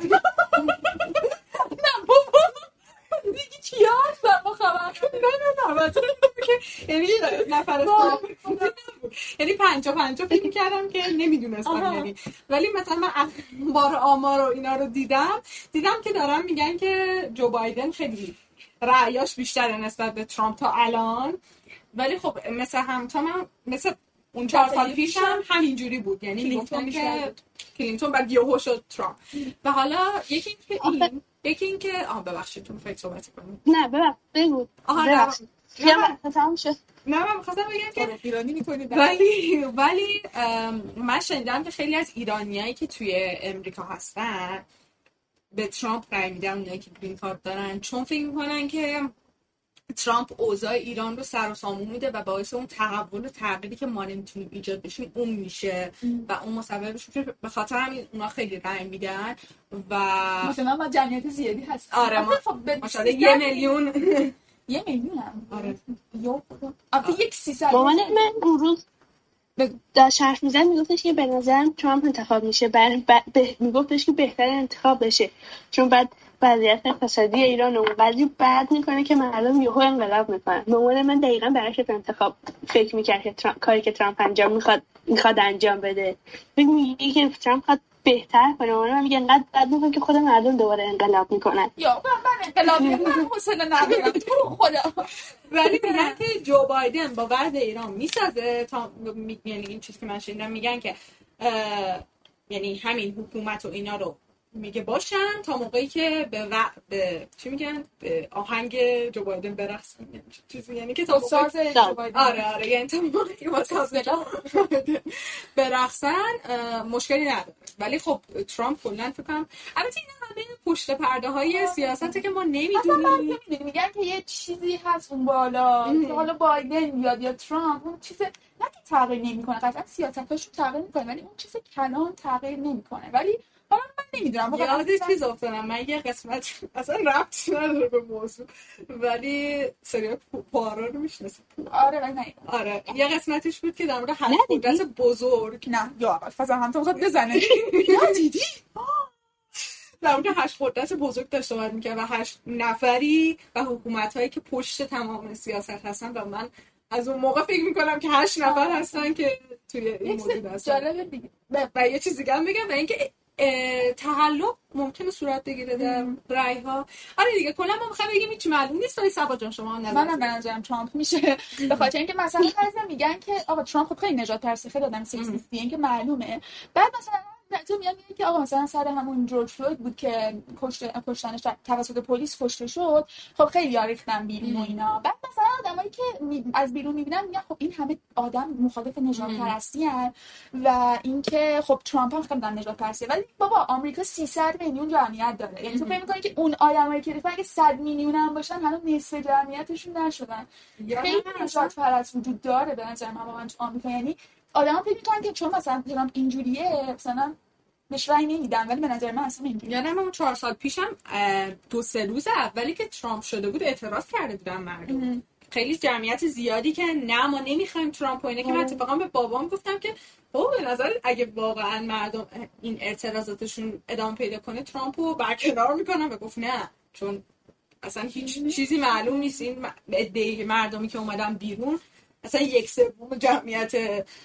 نه بابا دیگه چی هستم ما خبر نه که یعنی نفر یعنی 50-50 فکر می‌کردم که نمیدونستم یعنی ولی مثلا من آمار و اینا رو دیدم که دارن میگن که جو بایدن خیلی رأیاش بیشتره نسبت به ترامپ تا الان ولی خب مثل اون 4 سال پیش هم همینجوری بود یعنی میگفتن که کلینتون بعد یهو شد ترامپ و حالا یکی این که ببخشید تو می‌خواید صحبت کنید نه بگو ببخشید تمام شد. نه من می‌خواستم بگم که ایرانی می‌کنید ولی من شنیدم که خیلی از ایرانیایی که توی امریکا هستن به ترامپ رای میدن اونایی که گرین کارت دارن چون فکر می‌کنن که ترامپ اوضاع ایران رو سر و سامون میده و باعث اون تحول و تغییری که ما نمیتونیم ایجاد بشیم اون میشه و اون مسبب میشه که به خاطر همین اونا خیلی رای میدن و مثلا ما جمعیت زیادی هست. آره ماشاءالله 1 میلیون 1 میلیون هم آره یا البته 1 300 مامان من اون روز داشت حرف میزن میگفتش که به نظرم ترامپ انتخاب میشه میگفتش که بهترین انتخاب بشه چون بعد وضعیت اقتصادی ایران اونقدری بد میکنه که مردم یهو انقلاب میکنن. به عنوان من دقیقا برعکس انتخاب فکر میکرد که کاری که ترامپ انجام میخواد انجام بده. میگه که ترامپ خواهد بهتر کنه. من میگه انقدر بد میکنه که خود مردم دوباره انقلاب میکنن. یا من انقلاب میکنم حوصله ندارم تو رو خدا. ولی میگن که جو بایدن با وضع ایران میسازه تا یعنی این چیزی که من شنیدم میگن که یعنی همین حکومت و اینا رو میگه باشن تا موقعی که به چی میگن به آهنگ جو بایدن برقصن چیزی یعنی که تا ساز جو بایدن آره یعنی تا موقعی که با ساز برقصن مشکلی نداره. ولی خب ترامپ کلا فکر کنم البته اینا همه پشت پرده های سیاسته که ما نمیدونیم. میگن که یه چیزی هست اون بالا که حالا بایدن بیاد یا ترامپ اون چیز نه که تغییر نمیکنه، قطعا سیاستاشون تغییر میکنه ولی اون چیز کلان تغییر نمیکنه. ولی حالا من نمیدونم یاد چیز افتادم من یه قسمت اصلا ربطی نداره به موضوع ولی سریال پوارو رو میشناسید؟ آره ولی نه آره یه قسمتش بود که در مورد هشت قدرت بزرگ نه یا فضا هم تو میخواد بزنه ندیدی؟ در مورد 8 قدرت بزرگ داشت صحبت می‌کرد و 8 نفری و حکومت‌هایی که پشت تمام سیاست هستن و من از اون موقع فکر می‌کنم که 8 نفر هستن که توی این موضوع هستن. جالبه دیگه. و یه چیز دیگه هم بگم و اینکه تقلب ممکنه صورت بگیره در رأی‌ها. آره دیگه کلا ما می‌خوایم بگیم هیچ معلوم نیست ولی صبا جان شما نظر منم به نظرم ترامپ میشه به خاطر اینکه مثلا بعضی میگن که آقا ترامپ خب خیلی نجات پرستی خیلی آدم سکسیستی این که معلومه. بعد مثلا تو میگن که آقا مثلا سر همون جورج فلوید بود که کشتنش توسط پلیس کشته شد خب خیلی یاریختن بیرون و اینا. بعد مثلا آدمایی که از بیرون میبینن میگن خب این همه آدم مخالف نجات پرستی ان و اینکه خب ترامپ هم خیلی نجات پرستی ولی بابا آمریکا 300 میلیون جمعیت داره. یعنی تو فکر می‌کنی که اون آدمایی که اگه 100 میلیون هم باشن هنوز نصف جمعیتشون نشدن. خیلی نجات پرست وجود داره به نظر من واقعا تو آمریکا. یعنی آدما فکر می‌کنن که چون مثلا ترامپ اینجوریه مثلا بهش رأی نمیدم ولی به نظر من اصلا اینجوریه. یعنی من 4 سال پیشم 2-3 روز اولی که ترامپ شده بود اعتراض کرده بودن مردم. خیلی جمعیت زیادی که نه ما نمیخوایم ترامپ و اینه که من اتفاقا به بابام گفتم که به نظر اگه واقعا مردم این اعتراضاتشون ادامه پیدا کنه ترامپو برکنار میکنن و گفت نه چون اصلا هیچ چیزی معلوم نیست این عده مردمی که اومدن بیرون اصلا 1/3 جمعیت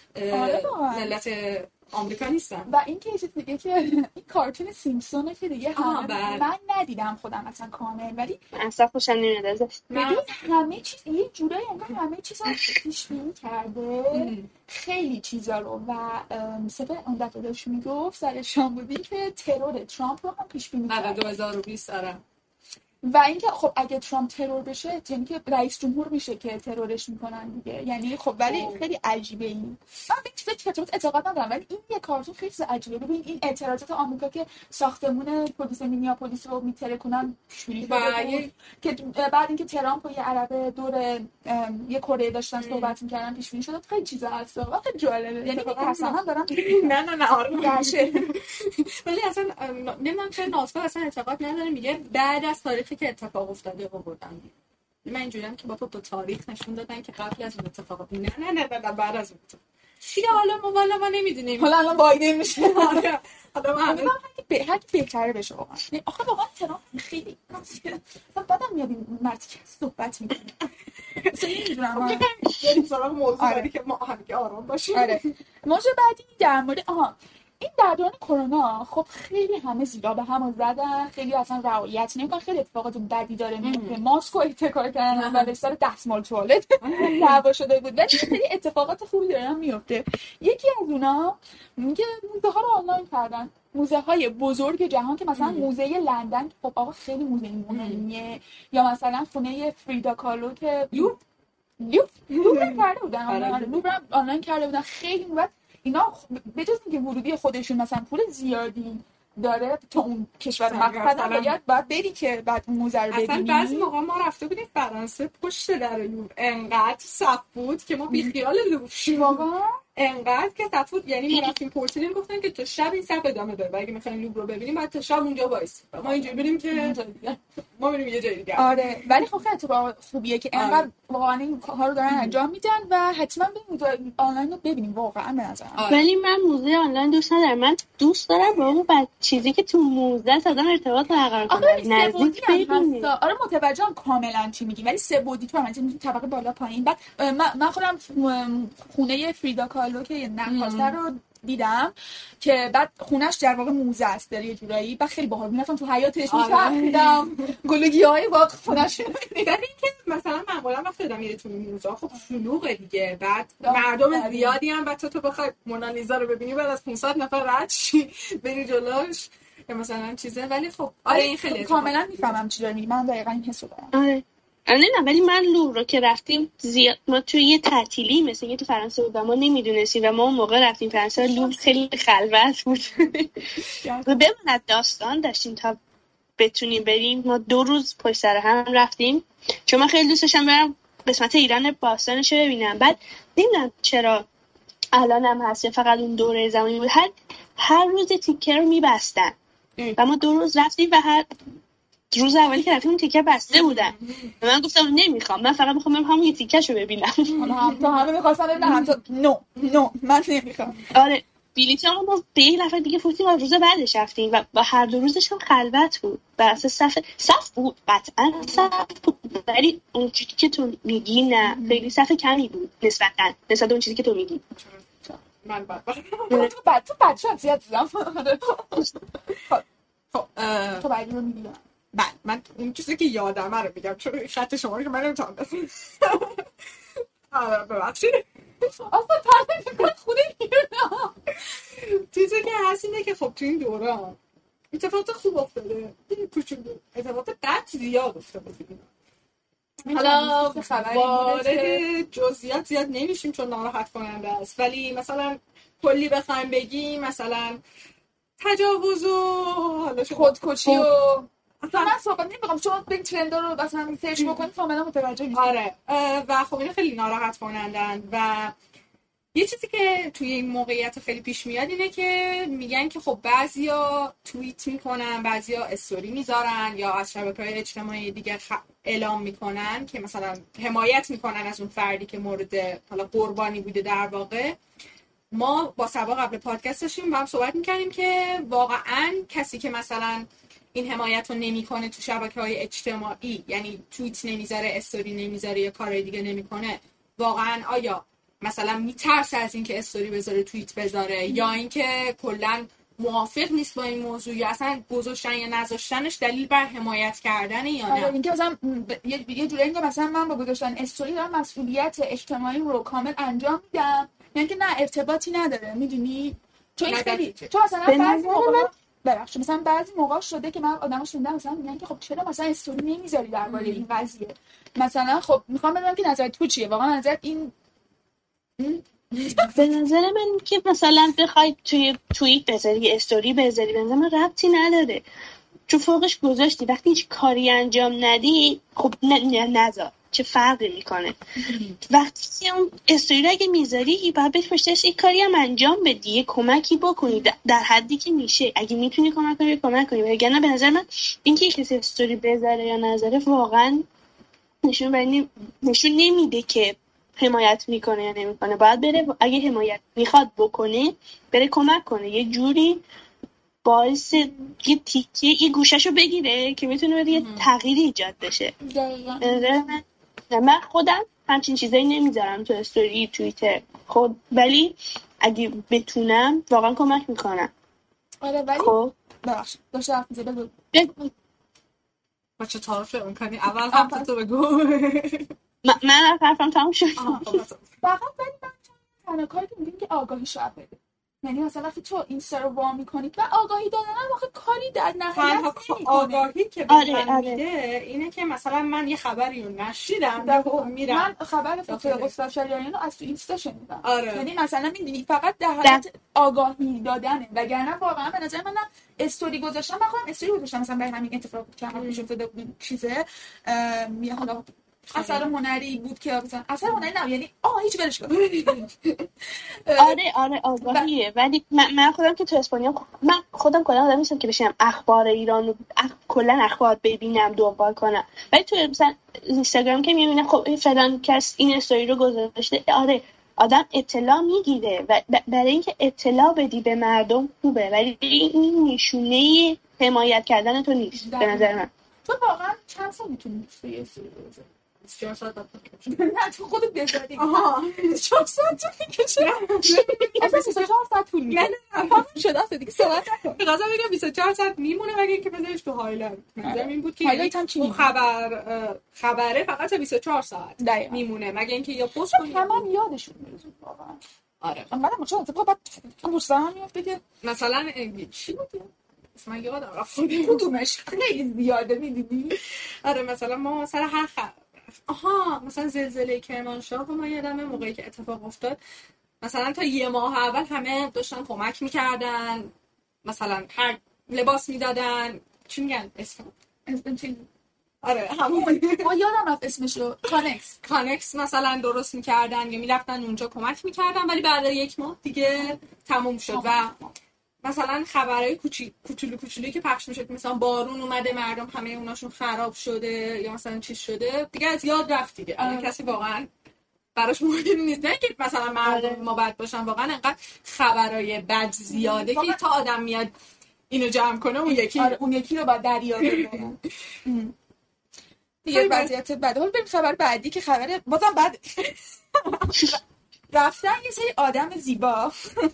ملت آمریکا نیستن. و این که چیز دیگه که این کارتون سیمپسونه که دیگه من ندیدم خودم اصلا کامل ولی من اصلا خوشم نمیاد ازش. ببین همه چیز یه جورایی انگار همه چیزا پیش بینی کرده خیلی چیزا رو و مثلا اون دفعه داشت میگفت سر شام بودی که ترور ترامپ رو هم پیش بینی کرده 2020 آره. و اینکه خب اگه ترامپ ترور بشه یعنی که رئیس جمهور میشه که ترورش میکنن دیگه. یعنی خب ولی خیلی عجیبه این. من به چیز چطور اعتقاد ندارم ولی این یه کارتون خیلی عجیبه. ببین این اعتراضات آمریکا که ساختمون پلیس مینیاپولیس رو میترکونن که بعد اینکه ترامپ و یه عربه دور یه کره داشتن صحبت میکردن پیش بینی شد. خیلی چیزا هست و خیلی جالبه. یعنی اصلا هم دارم نه آره ولی اصلا نمیدونم چرا ناسا اصلا اعتقاد نداره میگه بعد از تاریخی که اتفاق افتاده آوردن. من اینجوریم که با تو تاریخ نشون دادن که قبل از اون اتفاق نه بعد از اون چی حالا ما نمیدونیم حالا الان بایدن میشه. حالا ما همه هر کی بهتره بشه واقعا. آخه واقعا ترامپ خیلی بعدم میاد این مردی که صحبت میکنه اصلا نمیدونم بریم سراغ موضوع بعدی که ما همه آرام باشیم. آره موضوع بعدی در مورد این در دوران کرونا خب خیلی همه زیرا به هم زدن. خیلی اصلا رعایت نمی‌کنن. خیلی اتفاقات بدی داره میفته. ماسک رو اتکا کردن و سر دستمال توالت دعوا شده بود. ولی خیلی اتفاقات خوبی داره میفته. یکی از اونا میگه موزه ها رو آنلاین کردن. موزه های بزرگ جهان که مثلا موزه لندن خب آقا خیلی موزه مهمیه یا مثلا خونه فریدا کالو که لوور کرده بودن لوور آنلاین کرده بودن. خیلی موقع اینا به جز اینکه ورودی خودشون مثلا پول زیادی داره تا اون کشور مقصد باید بری که بعد اون موزه رو ببینی. اصلا بعضی موقع ما رفته بودیم فرانسه پشت در لوور انقدر صف بود که ما بیخیال لوور شدیم. انقدر که صفود، یعنی ما رفتیم پرسیدیم گفتن که تا شب این صف ادامه داره و اگه میخوایم لوور رو ببینیم بعد تا شب اونجا وایس ما اینجوری بریم که ما بریم یه جای دیگه. آره ولی خب خیلی اتفاق خوبیه که انقدر واقعا این کارا رو دارن انجام میدن و حتما بریم آنلاین رو ببینیم واقعا به نظرم. ولی من موزه آنلاین دوست ندارم. من دوست دارم با اون چیزی که تو موزه آدم ارتباط برقرار کنه، نزدیک ببینیم. آره متوجهم کاملا چی میگی، ولی سه بعدی تو مثلا طبقه بالا پایین. بعد من خودم خونه فریدا کالو که نقاشه رو دیدم که بعد خونش در واقع موزه است در یه جورایی، بعد خیلی باحال میرفتم تو حیاطش می‌چرخیدم گلوگی‌های واقع خونش. یعنی که مثلا معمولا وقتی آدم میره تو موزه خب شلوغه دیگه، بعد مردم زیادی هم، بعد تو بخوای مونالیزا رو ببینی بعد از 500 نفر رد شی بری جلوش مثلا چیزه. ولی خب آره این خیلی کاملا میفهمم چی داری میگی، من دقیقاً این حسو دارم. آره نه ولی من لوور رو که رفتیم زیاد ما توی یه تعطیلی مثل یه تو فرانسه بود و ما نمیدونستیم و ما اون موقع رفتیم فرانسه، لوور خیلی خلوت بود و بماند داستان داشتیم تا بتونیم بریم. ما 2 روز پشت سر هم رفتیم چون من خیلی دوست داشتم برم قسمت ایران باستانش رو ببینم. بعد نمیدونم چرا الان هم هست یا فقط اون دوره زمانی بود، هر روز تیکه رو میبستن و ما 2 روز رفتیم و هر روز اولی که رفتیم اون تیکه بسته بودن و من گفتم نمیخوام، من فقط میخوام همون یه تیکه‌شو ببینم. تا همه می‌خواستن ببینن تا نو من نمیخوام. آره بلیطمون ما به یک نفر دیگه فروختیم و روز بعدش رفتیم و هر 2 روزش هم خلوت بود. واسه صف بود، قطعا صف بود، ولی اون چیزی که تو میگی نه خیلی صف کمی بود نسبت اون چیزی که تو میگی. من تو بچه‌ها زیاد دیدم. تو بعدی رو میگم. من اون چیزی که یادمه رو میگم چون خط شما رو که من نمیتونم بخونم. آره ببخشید. اصلا پرده خونه میرم. چیزی که هست اینه که خب تو این دوران اتفاقات خوب افتاده، کوچولو اتفاقات بد زیاد افتاده. حالا وارد جزئیات زیاد نمیشیم چون ناراحت کننده است، ولی مثلا کلی بخوایم بگیم مثلا تجاوز و حالا خودکشی و اصلا من صحبت نمی‌کنم چون به این ترندا رو مثلا سرچ بکنید کاملا متوجه میشید. آره و خب این خیلی ناراحت کنندن و یه چیزی که توی این موقعیت خیلی پیش میاد اینه که میگن که خب بعضیا توییت میکنن، بعضیا استوری میذارن یا از شبکه‌های اجتماعی دیگه اعلام میکنن که مثلا حمایت میکنن از اون فردی که مورد حالا قربانی بوده. در واقع ما با سبا قبل پادکست داشتیم با هم صحبت میکردیم که واقعا کسی که مثلا این حمایت رو نمیکنه تو شبکه‌های اجتماعی، یعنی توییت نمیذاره، استوری نمیذاره یا کارهای دیگه نمیکنه، واقعا آیا مثلا میترسه از اینکه استوری بذاره توییت بذاره یا اینکه کلا موافق نیست با این موضوع یا اصلا گذاشتن یا نذاشتنش دلیل بر حمایت کردنه یا نه؟ اینکه مثلا یه جوری اینکه مثلا من با گذاشتن استوری دارم مسئولیت اجتماعی رو کامل انجام میدم، یعنی که نه ارتباطی نداره، میدونی؟ چون خیلی تو مثلا مثلا بعضی موقع شده که من آدمو شوندم مثلا میگن که خب چرا مثلا استوری نمیذاری درباره این قضیه، مثلا خب میخوام بدونم که نظرت تو چیه، واقعا نظرت این به نظر من که مثلا بخوای توی توییت بذاری استوری بذاری به نظر من ربطی نداره، چون فوقش گذاشتی وقتی هیچ کاری انجام ندی خب نذار، چه فرقی میکنه؟ وقتی اون استوری رو اگه میذاری باید بهش یک کاری هم انجام بدی، یه کمکی بکنی در حدی که میشه، اگه میتونی کمک کنی وگرنه به نظر من اینکه کسی استوری بذاره یا نذاره واقعا نشون نمیده که حمایت میکنه یا نمیکنه. باید بره اگه حمایت میخواد بکنه بره کمک کنه، یه جوری باعث یه تیکه یه گوشهشو بگیره که میتونه بره یه تغییری ایجاد بشه. من خودم همچین چیزایی نمیذارم تو استوری توییتر خود، ولی اگه بتونم واقعا کمک میکنم. آره ولی خب ببخشید داشته حرف می‌زدی بچه تعارف میکنی اول حرف تو بگو. من حرفم تموم شد. فقط ولی من تنها کاری که میگم که آگاهی شاید بده، یعنی مثلا وقتی تو اینستا رو وا می‌کنی و آگاهی دادن واقعا کاری در نهایت آگاهی که به من میده اینه که مثلا من یه خبری رو نشیدم میرم من خبر فوت گستاف شریعیان رو از تو اینستا شنیدم. یعنی مثلا میدونی فقط در حالت آگاهی دادنه، وگرنه واقعا به نظر من استوری گذاشتم، من خودم استوری گذاشتم مثلا برای همین اتفاق که پیش افتاده بود چیزه حالا اثر هنری بود که مثلا اثر هنری نه، یعنی هیچ ولش کن. آره آگاهیه، ولی من خودم که تو اسپانیا، من خودم کلا آدم نیستم که بشینم اخبار ایران رو کلا اخبار ببینم دنبال کنم، ولی تو مثلا اینستاگرام که میبینم خب فلان کس این استوری رو گذاشته، آره آدم اطلاع میگیره و برای اینکه اطلاع بدی به مردم خوبه، ولی این نشونه حمایت کردن تو نیست به نظر من. تو واقعا چند سال میتونی توی سری بزنی؟ 24 ساعت نه تو خودت بذاری. 24 ساعت طول میکشه. اصلا 34 ساعت طول میکشه. نه همون شده است دیگه، صحبت نکن. می‌خواستم بگم 24 ساعت میمونه مگه اینکه بذارش تو هایلایت. منظورم این بود که هایلایت هم چی؟ خبره فقط 24 ساعت میمونه مگه اینکه یا پست کنی. من یادشون میاد واقعا. آره. منم چون بعد روزا میفته که مثلا چی بود؟ من یادم رفت کدومش خیلی زیاده میدیدی. آره مثلا ما سر هر مثلا زلزله کرمانشاه رو من یادمه موقعی که اتفاق افتاد، مثلا تا یه ماه اول همه داشتن کمک میکردن، مثلا هر لباس میدادن، چی میگن اسم چی؟ آره همون ما یادم رفت اسمشو، کانکس مثلا درست میکردن یا میرفتن اونجا کمک میکردن، ولی بعد یک ماه دیگه تموم شد. و مثلا خبرهای کوچولو که پخش میشد، مثلا بارون اومده مردم همه اوناشون خراب شده یا مثلا چیز شده، دیگه از یاد رفت دیگه. کسی واقعا براش مهم نیست، نه که مثلا مردم ما بد باشن، واقعا انقدر خبرهای بد زیاده که تا آدم میاد اینو جمع کنه اون یکی رو با دریا ببره دیگه وضعیت بده. حالا بریم خبر بعدی که خبر بازم بد. رفتن یه سری آدم زیبا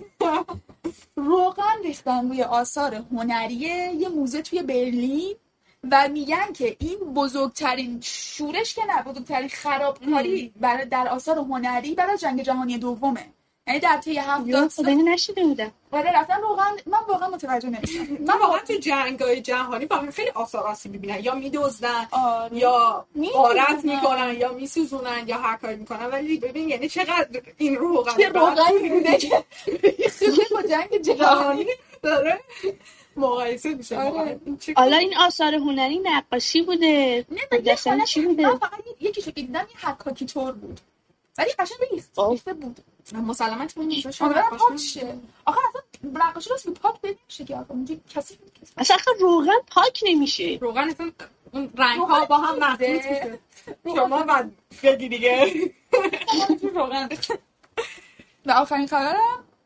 روغن ریختن روی آثار هنری یه موزه توی برلین و میگن که این بزرگترین شورش که نه، بزرگترین خرابکاری برای در آثار هنری برای جنگ جهانی دومه. یعنی در طی 70 سال نشیده بودم. آره رفتن روغن. من واقعا متوجه نمیشم. من واقعا تو جنگ‌های جهانی واقعا خیلی آثار آسیب می‌بینن، یا میدزدن یا غارت میکنن یا میسوزونن یا هر کاری میکنن، ولی ببین یعنی چقدر این روغن بوده که با جنگ جهانی داره مقایسه میشه. حالا این آثار هنری نقاشی بوده، نه چی بوده؟ من فقط یکیشو که دیدم یه حکاکی طور بود، ولی قشنگ ریخته بود. مسلماً اون میشه نقاشه. آخه اصلا نقاشی راست پاک نمیشه که اونجا کسی اصلا روغن پاک نمیشه. روغن اصلا اون رنگ‌ها با هم مخلوط میشه. شما بعد بگی دیگه روغن. و آخرین خبر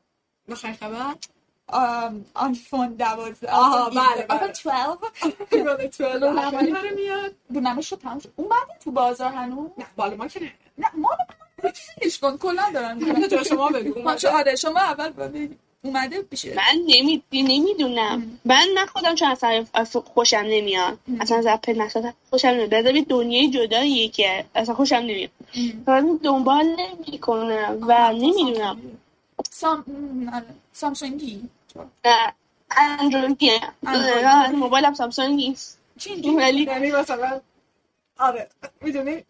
آیفون 12. بله آیفون 12 میاد. دونمش رو تموم شد. اومده تو بازار هنوز؟ نه بالا ما که نه ما چیزش کن کلا دارن. تو شما بگو. آره شما اول بگو. اومده بشه. من نمیدونم. من خودم چون اصلا خوشم نمیاد. اصلا از اپل مثلا خوشم نمیاد. بذار دنیای جداییه که اصلا خوشم نمیاد. من دنبال نمیکنم و نمیدونم. سامسونگی اندرویدی. موبایلم سامسونگ نیست. چی ولی یعنی مثلا آره میدونی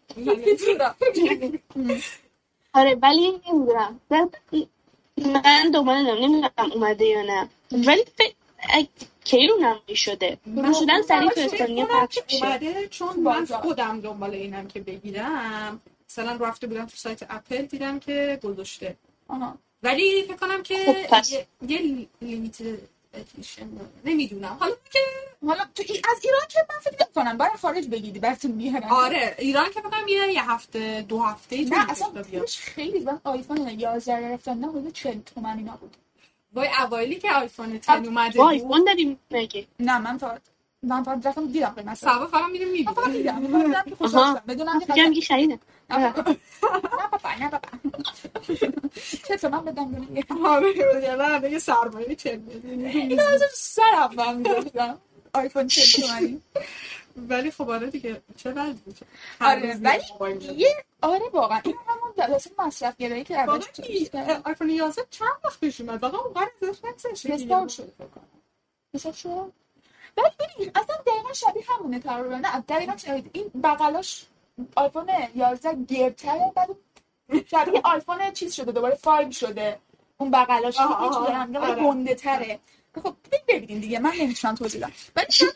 آره ولی نمیدونم. من دنبال نمیدونم اومده یا نه، ولی کی رو نمایی شده شدن سریع تو اسپانیا پخش میشه. اومده چون من خودم دنبال اینم که بگیرم، مثلا رفته بودم تو سایت اپل دیدم که گذاشته. ولی فکر کنم که یه لیمیتد ادیشن نمیدونم. حالا تو از ایران که من فکر کنم برای خارج بگیری براتون میارن. آره ایران که فکر کنم یه هفته 2 هفته نه اصلا پولش خیلی من آیفون 11 گرفتم، نه حدود 40 تومن اینا بود. وای اوایلی که آیفون 10 اومده بود آیفون داریم مگه؟ نه من فقط رفتم دیدم قیمت فقط میرم میبینم. فقط دیدم که خوشحالم بدونم که میگه خریدم. نه بابا چطور من بدم دیگه. آره دیگه سرمایه 40 میلیون اینا از سرم من میذاشتم آیفون 40 تومانی. ولی خب آره دیگه چه وضعی میشه. آره ولی آره واقعا این همون واسه مصرف گرایی که اولش آیفون 11 چند وقت پیش اومد واقعا اونقدر ازش نگذشته. رستار شد فکر کنم. رستار شد. ولی ببین اصلا دقیقاً شبیه همونه تقریبا. نه دقیقاً این بغلاش آیفون 11 گردتره، بعد شبیه آیفون چیز شده دوباره 5 شده. اون بغلاش یه چیزی هم گنده تره. خب ببینید دیگه من نمیتونم توضیح بدم. ولی چند تا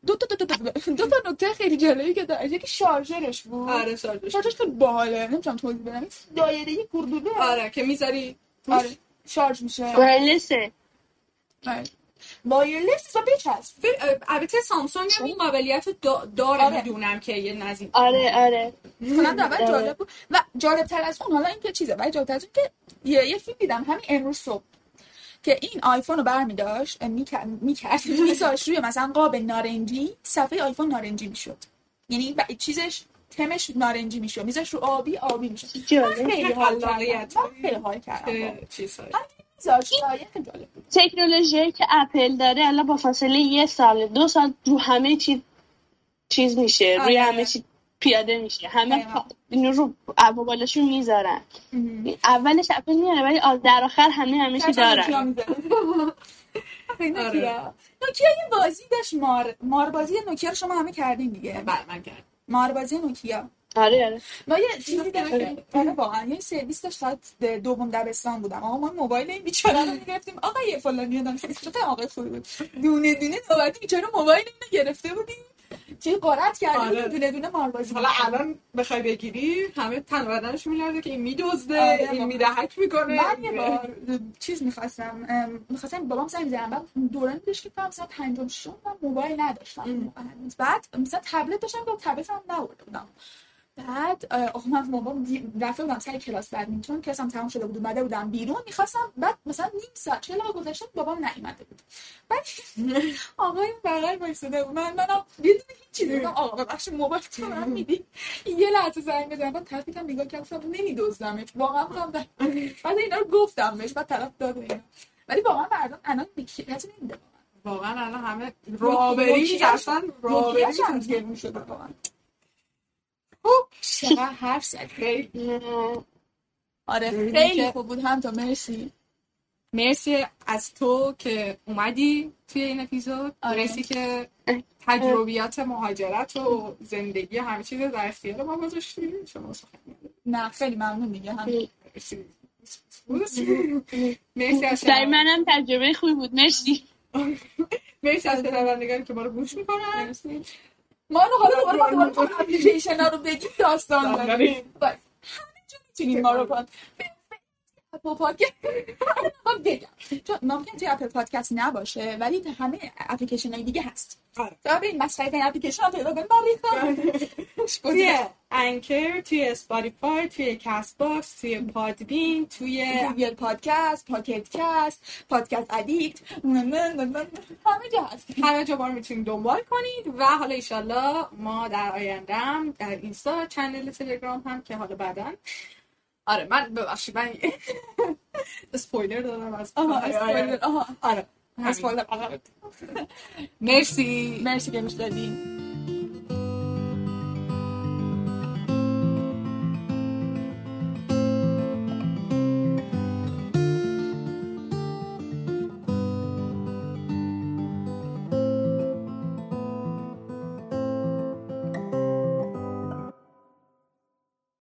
دو تا نکته خیلی جالبی که داره، یکی شارژرش بود. آره شارژرش خیلی باحاله، نمیتونم توضیح بدم. دایره‌ای کوردوده. آره که میذاری آره شارژ میشه. وایرلسه. وایرلس و بچسب. البته سامسونگ هم این قابلیت داره. آره. میدونم که یه نزدیک آره کنم اول جالب بود و جالب تر از اون حالا این که چیزه، ولی جالب تر از اون که یه فیلم دیدم همین امروز صبح که این آیفون رو برمی داشت میکرد میذاشت روی مثلا قاب نارنجی، صفحه آیفون نارنجی میشد، یعنی چیزش تمش نارنجی میشد، میذاشت رو آبی میشد. خیلی حال کردم چیزایی تکنولوژی که اپل داره الان با فاصله 1 سال 2 سال رو همه چیز میشه، روی همه چیز پیاده میشه، همه اینو رو موبایلشون میذارن. اولش اپل میاره ولی در آخر همه چی دارن. نوکیا یه بازی داشت، مار بازی نوکیا رو شما همه کردین دیگه. بله من کردم مار بازی نوکیا. آره ما یه چیزی داشتیم، واقعا یه سرویس داشت، ساعت دوم دبستان بودم، آقا ما موبایل این بیچاره رو میگرفتیم، آقای فلانی آدم چطور آقای خوبی بود، دونه نوبتی بیچاره موبایل اینو گرفته بودیم، چه قارت کردیم دونه ماربازی. حالا الان بخوای بگیری همه تن بدنش میلرزه که این میدزده، این میره هک میکنه. من یه بار چیز می‌خواستم بابام زنگ بزنم، دوران پیش که مثلا 5 6 موبایل نداشتم، بعد مثلا تبلت داشتم، با تبلتم نبرده بودم. بعد آخه من بابام رفته بودم سر کلاس بدمینتون، کلاسم تمام شده بود، اومده بودم بیرون می‌خواستم، بعد مثلا نیم ساعت 40 دقیقه گذشته بابام نیومده بود. بعد آقای بغل وایساده بود، منم بدون هیچ چیزی گفتم آقا ببخشید موبایل تو من میدی، یه لحظه زنگ بزنم، بعد تلفیقم نگاه کردم نمیدزدمش واقعا بودم. بعد اینا رو گفتم بهش، بعد طرف داد اینا، ولی واقعا مردم الان کسی نمیده، واقعا الان همه رابری می‌کردن، رابری می‌شد واقعا. چقدر حرف زد. آره خیلی خوب بود هم تا مرسی از تو که اومدی توی این اپیزود. مرسی که تجربیات مهاجرت و زندگی همه چیز در اختیار ما گذاشتی. شما نه خیلی ممنون دیگه هم. مرسی از منم تجربه خوبی بود. مرسی از شنوندگان که ما رو گوش میکنن. ما رو حالا اپلیکیشن ها رو بگیم داستان داریم، همه جا میتونیم ما رو اپل پادکست بگم، چون ممکن توی اپل پادکست نباشه ولی همه اپلیکیشن های دیگه هست. ببین مسخره این اپلیکیشن ها پیدا کنیم توی انکر، توی اسپاتیفای، توی کست باکس، توی پادبین، توی گوگل پادکست، پاکت کست، پادکست ادیکت، همه جا هست. همه جا ما رو میتونید دنبال کنید و حالا ایشالله ما در آینده هم در اینستا، چنل تلگرام هم که حالا بعداً آره من ببخشید من اسپویلر دادم از اسپویلر. آره اسپویلر. مرسی که میشدادین.